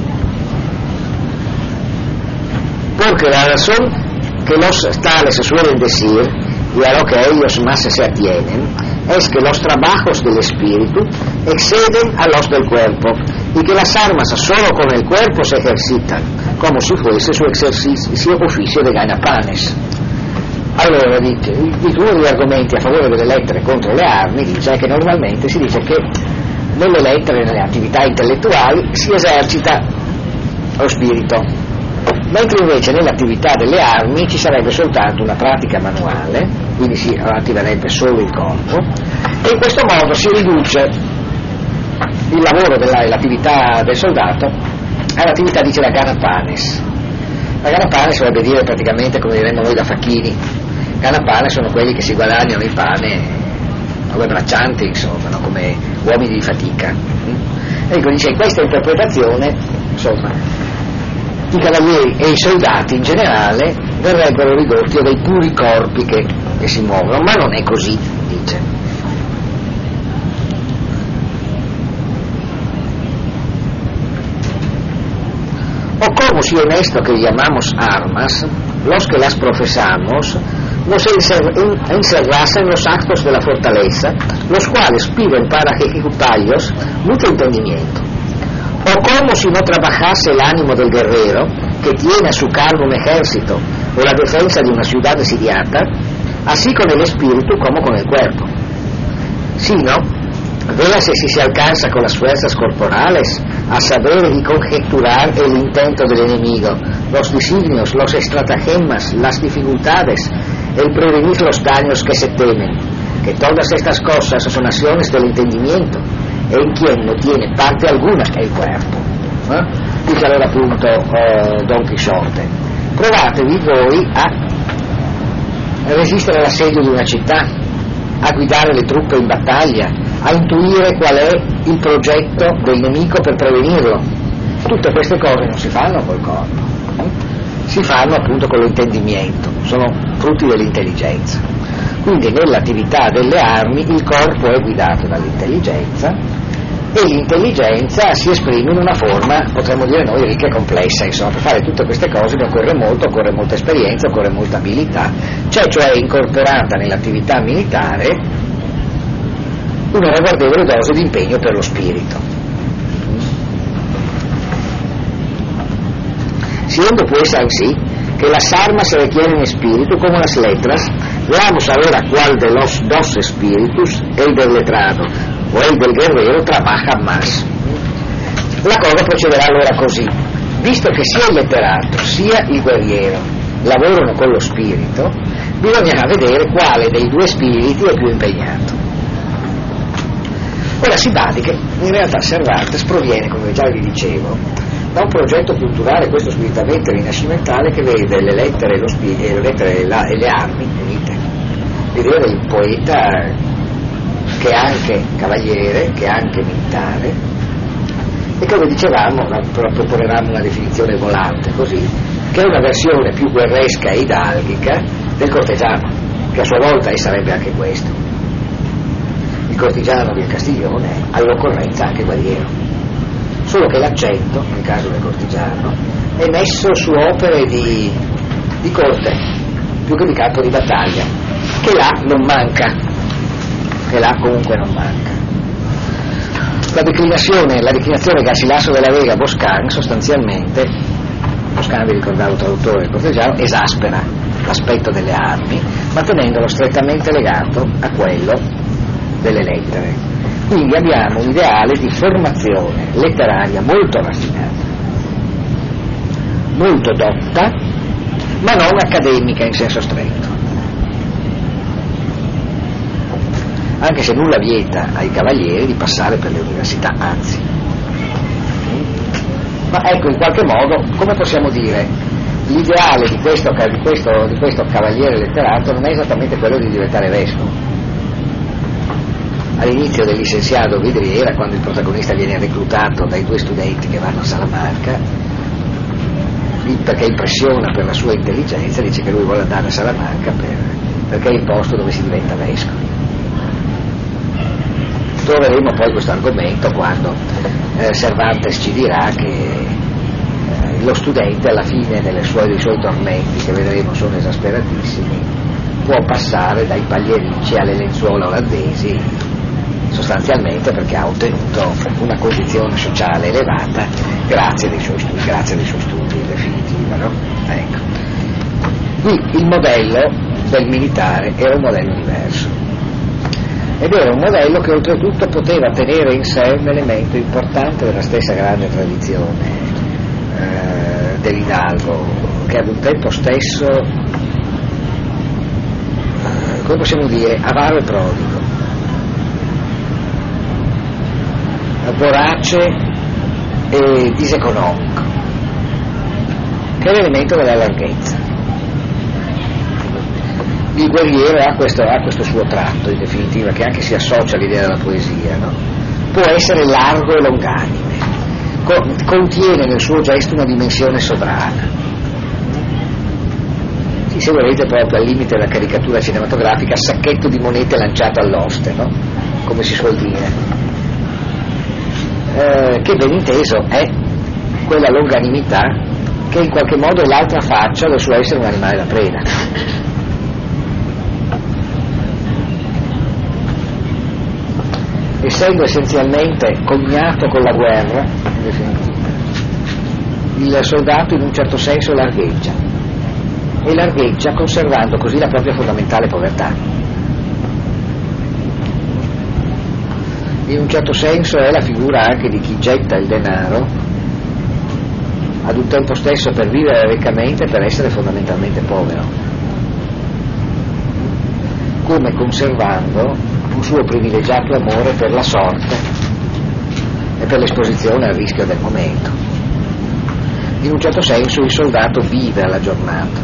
Porque la razón que los tales se suelen decir y a lo que ellos más se atienen es que los trabajos del espíritu exceden a los del cuerpo y que las armas solo con el cuerpo se ejercitan como si fuese su ejercicio oficio de ganapanes. Allora dice, uno degli argomenti a favore delle lettere contro le armi dice che normalmente si dice che nelle lettere, nelle attività intellettuali si esercita lo spirito, mentre invece nell'attività delle armi ci sarebbe soltanto una pratica manuale, quindi si attiverebbe solo il corpo, e in questo modo si riduce il lavoro della, l'attività del soldato all'attività, dice, da ganapanes. La ganapanes vorrebbe dire praticamente, come diremmo noi, da facchini. Ganapane sono quelli che si guadagnano il pane come braccianti, insomma, no? Come uomini di fatica. Ecco, dice, in questa interpretazione, insomma, i cavalieri e i soldati in generale verrebbero ridotti a dei puri corpi che, che si muovono, ma non è così, dice. O como si en esto que llamamos armas, los que las profesamos, nos encerrasen los actos de la fortaleza, los cuales piden para ejecutarlos mucho entendimiento. O como si no trabajase el ánimo del guerrero, que tiene a su cargo un ejército o la defensa de una ciudad asediada, así con el espíritu como con el cuerpo. Sino, véase si se alcanza con las fuerzas corporales a saber y conjeturar el intento del enemigo, los designios, los estratagemas, las dificultades, el prevenir los daños que se temen, que todas estas cosas son acciones del entendimiento, e in quien non tiene parte alguna è il cuerpo. Eh? Dice allora appunto eh, Don Chisciotte, provatevi voi a resistere all'assedio di una città, a guidare le truppe in battaglia, a intuire qual è il progetto del nemico per prevenirlo. Tutte queste cose non si fanno col corpo. si fanno appunto con l'intendimento, sono frutti dell'intelligenza. Quindi nell'attività delle armi il corpo è guidato dall'intelligenza e l'intelligenza si esprime in una forma, potremmo dire noi, ricca e complessa. Insomma, per fare tutte queste cose ne occorre molto, occorre molta esperienza, occorre molta abilità, c'è cioè incorporata nell'attività militare una ragguardevole dose di impegno per lo spirito. Siendo pues así que las armas se requieren espíritu como las letras, vamos a ver a cuál de los dos espíritus, el del letrado o el del guerrero, trabaja más. La cosa procederà allora così: visto che sia il letterato sia il guerriero lavorano con lo spirito, bisognerà vedere quale dei due spiriti è più impegnato. Ora si badi che in realtà Cervantes proviene, come già vi dicevo, da un progetto culturale, questo squisitamente rinascimentale, che vede le lettere e, lo spi- e, le, lettere e, la, e le armi unite. L'idea del poeta che è anche cavaliere, che è anche militare, e come dicevamo, proporremo una definizione volante così, che è una versione più guerresca e idalgica del cortigiano, che a sua volta sarebbe anche questo. Il cortigiano del Castiglione è all'occorrenza anche guerriero, solo che l'accento, nel caso del cortigiano, è messo su opere di, di corte, più che di campo di battaglia, che là non manca, che là comunque non manca. La declinazione, la declinazione Garcilaso della Vega Boscan, sostanzialmente, Boscan, vi ricordavo, traduttore del cortigiano, esaspera l'aspetto delle armi, mantenendolo strettamente legato a quello delle lettere. Quindi abbiamo un ideale di formazione letteraria molto raffinata, molto dotta, ma non accademica in senso stretto. Anche se nulla vieta ai cavalieri di passare per le università, anzi. Ma ecco, in qualche modo, come possiamo dire, l'ideale di questo, di questo, di questo cavaliere letterato non è esattamente quello di diventare vescovo. All'inizio del licenziato Vidriera, quando il protagonista viene reclutato dai due studenti che vanno a Salamanca, perché impressiona per la sua intelligenza, dice che lui vuole andare a Salamanca per, perché è il posto dove si diventa vescovi. Troveremo poi questo argomento quando eh, Cervantes ci dirà che eh, lo studente alla fine delle sue, dei suoi tormenti, che vedremo sono esasperatissimi, può passare dai pagliericci alle lenzuola olandesi, sostanzialmente perché ha ottenuto una condizione sociale elevata grazie dei suoi studi, grazie dei suoi studi in definitiva, no? Ecco. Qui il modello del militare era un modello diverso, ed era un modello che oltretutto poteva tenere in sé un elemento importante della stessa grande tradizione eh, dell'Hidalgo, che ad un tempo stesso, eh, come possiamo dire, avaro e prodigo, vorace e diseconomico, che è l'elemento della larghezza. Il guerriero ha questo, ha questo suo tratto, in definitiva, che anche si associa all'idea della poesia, no? Può essere largo e longanime, con, contiene nel suo gesto una dimensione sovrana. Sì, se volete, proprio al limite della caricatura cinematografica, sacchetto di monete lanciato all'oste, no? Come si suol dire. Eh, che ben inteso è quella longanimità che in qualche modo è l'altra faccia del suo essere un animale da preda. Essendo essenzialmente cognato con la guerra, in definitiva, il soldato in un certo senso largheggia, e largheggia conservando così la propria fondamentale povertà. In un certo senso è la figura anche di chi getta il denaro ad un tempo stesso per vivere riccamente e per essere fondamentalmente povero, come conservando un suo privilegiato amore per la sorte e per l'esposizione al rischio del momento. In un certo senso il soldato vive alla giornata,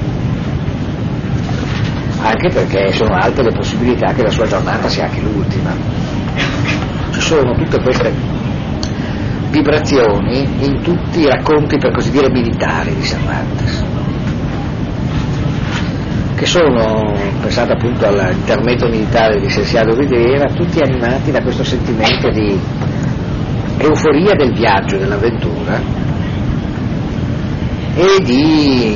anche perché sono alte le possibilità che la sua giornata sia anche l'ultima. Ci sono tutte queste vibrazioni in tutti i racconti, per così dire, militari di Cervantes. che sono, pensate appunto all'intermezzo militare di Scienziato Vedera, tutti animati da questo sentimento di euforia del viaggio, dell'avventura e di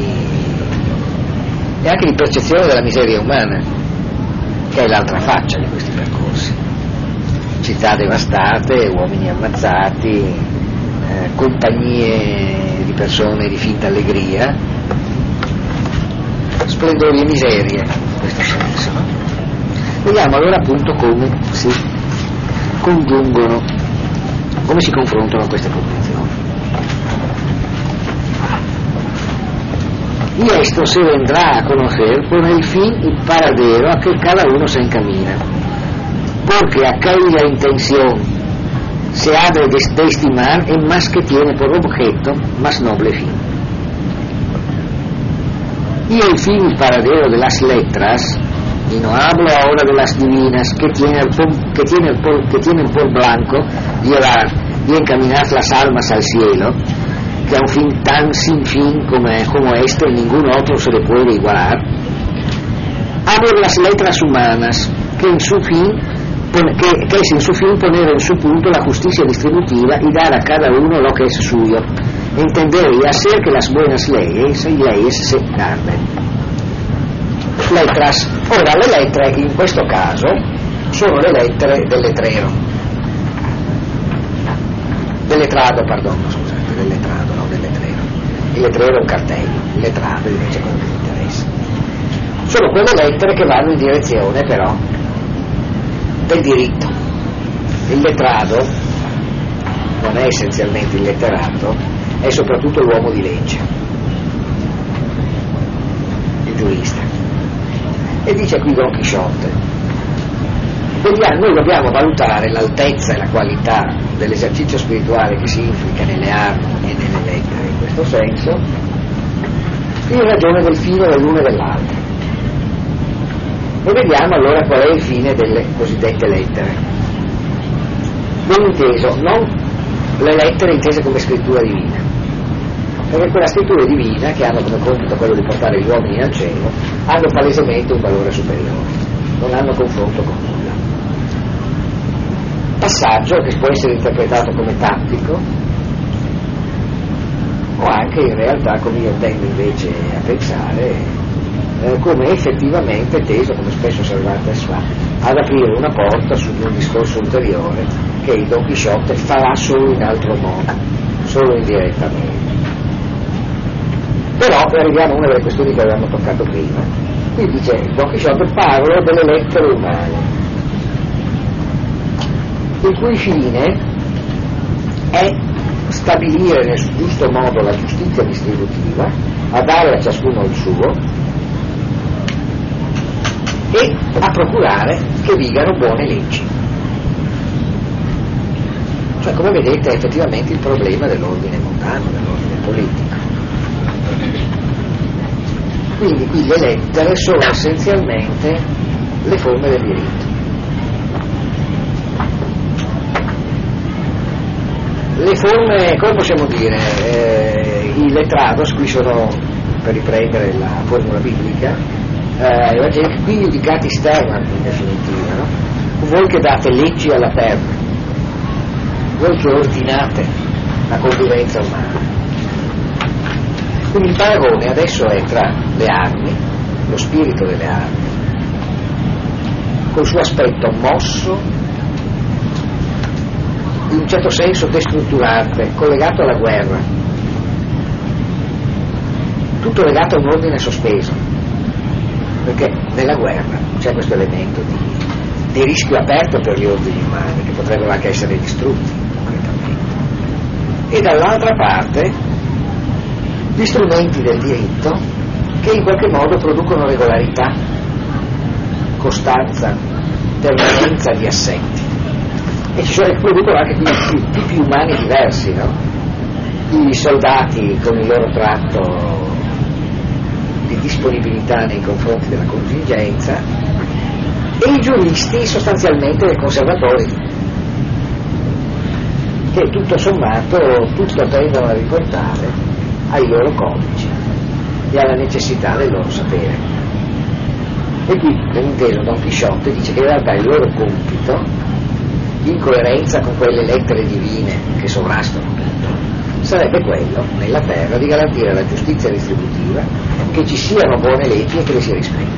e anche di percezione della miseria umana, che è l'altra faccia di questi percorsi. Città devastate, uomini ammazzati, eh, compagnie di persone di finta allegria, splendori e miserie in questo senso, no? Vediamo allora appunto come si congiungono, come si confrontano queste posizioni. Y esto se vendrá a conocer con el fin y paradero a que cada uno se encamina, porque aquella intención se ha de, de estimar en más que tiene por objeto más noble fin. Y el fin y paradero de las letras, y no hablo ahora de las divinas que tienen por, que tienen por, que tienen por blanco llevar y encaminar las almas al cielo, que a un fin tan sin fin como, como este ningún otro se le puede igualar. Hablo de las letras humanas, que en su fin que, que es en su fin poner en su punto la justicia distributiva y dar a cada uno lo que es suyo, entender y hacer que las buenas leyes y leyes se guarden. Letras. Ora, le lettere in questo caso sono le lettere del letrero, del letrado, pardon, scusate, del letrado, non del letrero. Il letrero è un cartello, il letrado invece è quello che mi interessa. Sono quelle lettere che vanno in direzione però del diritto. Il letrado non è essenzialmente il letterato, è soprattutto l'uomo di legge, il giurista. E dice qui Don Chisciotte: vediamo, noi dobbiamo valutare l'altezza e la qualità dell'esercizio spirituale che si inflica nelle armi e nelle lettere in questo senso, in ragione del fine dell'una e dell'altra. E vediamo allora qual è il fine delle cosiddette lettere. Ben inteso, non le lettere intese come scrittura divina, perché quella scrittura divina, che hanno come compito quello di portare gli uomini al cielo, hanno palesemente un valore superiore, non hanno confronto con nulla. Passaggio che può essere interpretato come tattico o anche in realtà, come io tendo invece a pensare, eh, come effettivamente teso, come spesso Cervantes fa, ad aprire una porta su un discorso ulteriore che il Don Chisciotte farà solo in altro modo, solo indirettamente. Però arriviamo a una delle questioni che avevamo toccato prima. Qui dice Don Chisciotte: parlo delle lettere umane, il cui fine è stabilire nel giusto modo la giustizia distributiva, a dare a ciascuno il suo e a procurare che vigano buone leggi. Cioè, come vedete, è effettivamente il problema dell'ordine mondano, dell'ordine politico. Quindi qui le lettere sono essenzialmente le forme del diritto. Le forme, come possiamo dire, eh, i letrados, qui sono, per riprendere la formula biblica, eh, evangelici, qui giudicati sterna in definitiva, no? Voi che date leggi alla terra, voi che ordinate la convivenza umana. Quindi il paragone adesso è tra le armi, lo spirito delle armi, col suo aspetto mosso, in un certo senso destrutturante, collegato alla guerra, tutto legato a un ordine sospeso, perché nella guerra c'è questo elemento di, di rischio aperto per gli ordini umani, che potrebbero anche essere distrutti concretamente, e dall'altra parte gli strumenti del diritto che in qualche modo producono regolarità, costanza, permanenza di assetti, e ci sono, producono anche quindi tipi umani diversi, no? I soldati con il loro tratto di disponibilità nei confronti della contingenza e i giuristi sostanzialmente conservatori, che tutto sommato tutto tendono a riportare ai loro codici e alla necessità del loro sapere. E qui, ben inteso, Don Chisciotte dice che in realtà il loro compito, in coerenza con quelle lettere divine che sovrastano tutto, sarebbe quello, nella terra, di garantire la giustizia distributiva, che ci siano buone leggi e che le si rispetti.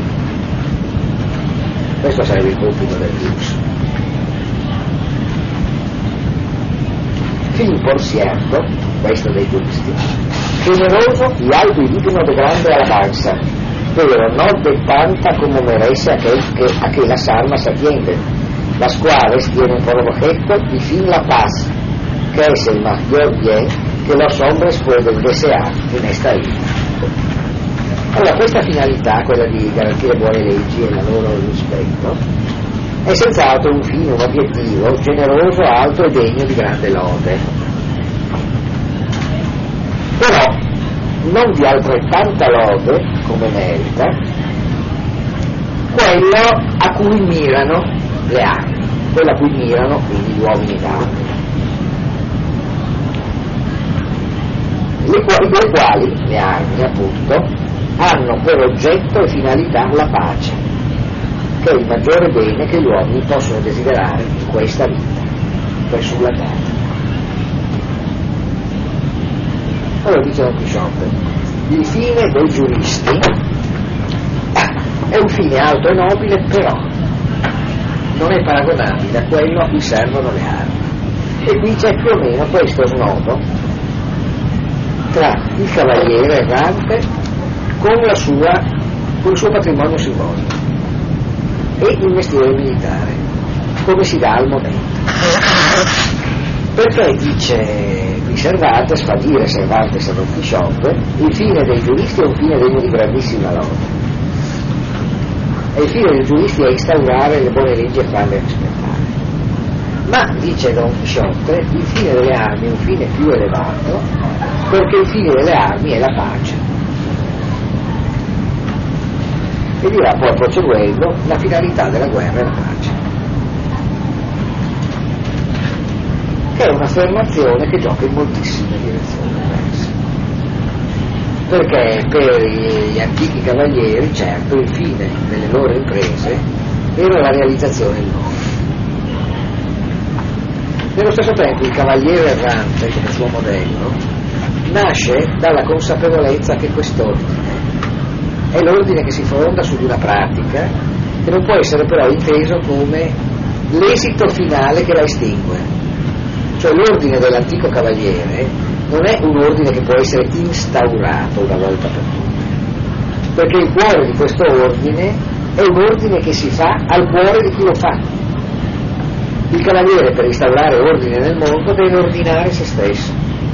Questo sarebbe il compito del Deus. Fin por cierto, questo dei giuristi, generoso y alto y digno de grande alabanza, pero no de tanta como merece aquel que, a que las armas atienden, las cuales tienen por objeto y fin la paz, que es el mayor bien que los hombres pueden desear en esta vida. Allora, questa finalità, quella di garantire buone leggi e la loro rispetto, è senz'altro un fine, un obiettivo generoso, alto e degno di grande lode. Però non di altrettanta lode, come merita, quello a cui mirano le armi, quello a cui mirano quindi gli uomini d'armi, le quali, le quali, le armi appunto, hanno per oggetto e finalità la pace, che è il maggiore bene che gli uomini possono desiderare in questa vita, cioè sulla terra. Allora dice Don Chisciotte, il fine dei giuristi è un fine alto e nobile, però non è paragonabile a quello a cui servono le armi. E qui c'è più o meno questo snodo tra il cavaliere errante con, la sua, con il suo patrimonio simbolico e il mestiere militare, come si dà al momento. Perché dice qui Cervantes, fa dire Cervantes a Don Chisciotte, il fine dei giuristi è un fine degno di grandissima lode, e il fine dei giuristi è instaurare le buone leggi e farle rispettare. Ma, dice Don Chisciotte, il fine delle armi è un fine più elevato, perché il fine delle armi è la pace. E dirà poi proseguendo, la finalità della guerra è la pace, che è un'affermazione che gioca in moltissime direzioni diverse, perché per gli antichi cavalieri, certo, il fine delle loro imprese era la realizzazione del nome. Nello stesso tempo il cavaliere errante, come suo modello, nasce dalla consapevolezza che quest'ordine è l'ordine che si fonda su di una pratica che non può essere però inteso come l'esito finale che la estingue. Cioè l'ordine dell'antico cavaliere non è un ordine che può essere instaurato una volta per tutte, perché il cuore di questo ordine è un ordine che si fa al cuore di chi lo fa. Il cavaliere, per instaurare ordine nel mondo, deve ordinare se stesso,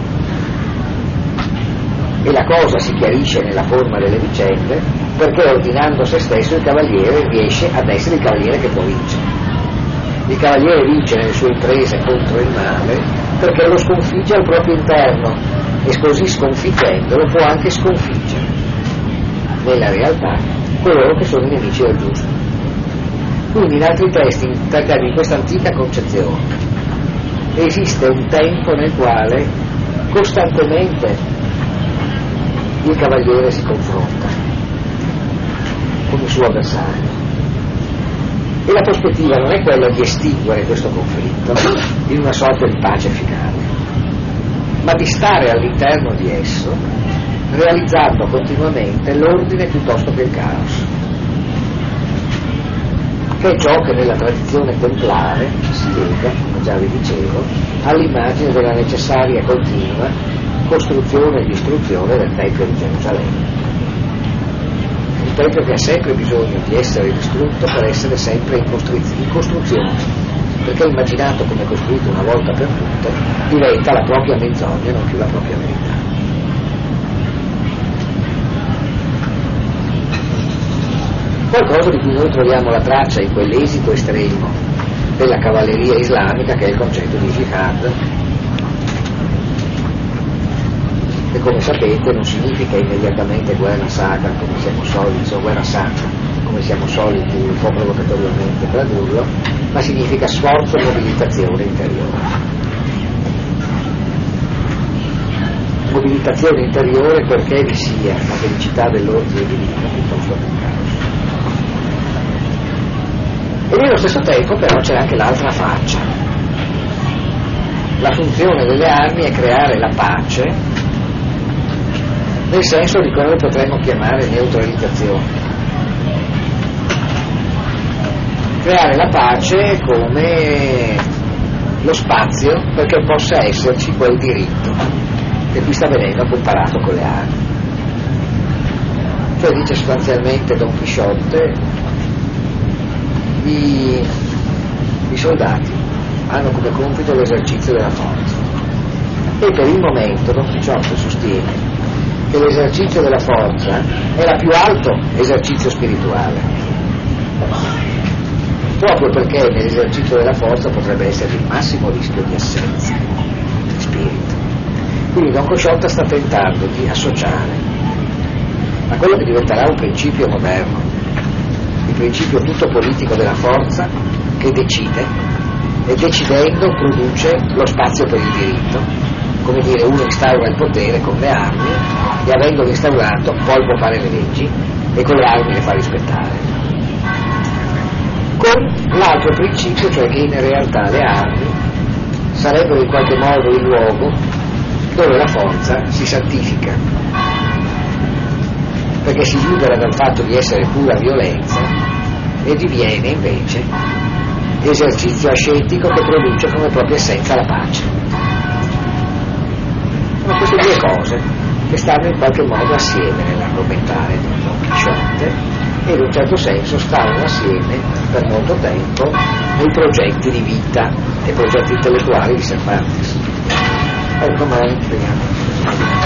e la cosa si chiarisce nella forma delle vicende, perché ordinando se stesso il cavaliere riesce ad essere il cavaliere che può vincere. Il cavaliere vince nelle sue imprese contro il male perché lo sconfigge al proprio interno, e così sconfiggendolo può anche sconfiggere nella realtà coloro che sono i nemici del giusto. Quindi in altri testi interpreti di questa antica concezione esiste un tempo nel quale costantemente il cavaliere si confronta con il suo avversario, e la prospettiva non è quella di estinguere questo conflitto in una sorta di pace finale, ma di stare all'interno di esso, realizzando continuamente l'ordine piuttosto che il caos, che è ciò che nella tradizione templare si lega, come già vi dicevo, all'immagine della necessaria e continua costruzione e distruzione del Tempio di Gerusalemme. Un Tempio che ha sempre bisogno di essere distrutto per essere sempre in, costru- in costruzione, perché immaginato come costruito una volta per tutte diventa la propria menzogna e non più la propria verità. Qualcosa di cui noi troviamo la traccia in quell'esito estremo della cavalleria islamica che è il concetto di jihad, che come sapete non significa immediatamente guerra sacra come siamo soliti, o guerra sacra come siamo soliti un po' provocatoriamente tradurlo, ma significa sforzo e mobilitazione interiore. Mobilitazione interiore perché vi sia la felicità dell'ordine divino piuttosto che il caos. E nello stesso tempo però c'è anche l'altra faccia. La funzione delle armi è creare la pace, nel senso di quello che potremmo chiamare neutralizzazione. Creare la pace come lo spazio perché possa esserci quel diritto che qui sta venendo comparato con le armi. Cioè dice sostanzialmente Don Chisciotte, i, i soldati hanno come compito l'esercizio della forza e per il momento Don Chisciotte sostiene che l'esercizio della forza è la più alto esercizio spirituale, proprio perché nell'esercizio della forza potrebbe essere il massimo rischio di assenza di spirito. Quindi Don Chisciotte sta tentando di associare a quello che diventerà un principio moderno, il principio tutto politico della forza che decide e decidendo produce lo spazio per il diritto, come dire uno instaura il potere con le armi e avendolo instaurato poi può fare le leggi e con le armi le fa rispettare. Con l'altro principio, cioè che in realtà le armi sarebbero in qualche modo il luogo dove la forza si santifica, perché si libera dal fatto di essere pura violenza e diviene invece esercizio ascetico che produce come propria essenza la pace. Sono queste due cose che stanno in qualche modo assieme nell'argomentare di Don Chisciotte e in un certo senso stavano assieme per molto tempo nei progetti di vita e progetti intellettuali di Cervantes. Ecco, ma vediamo.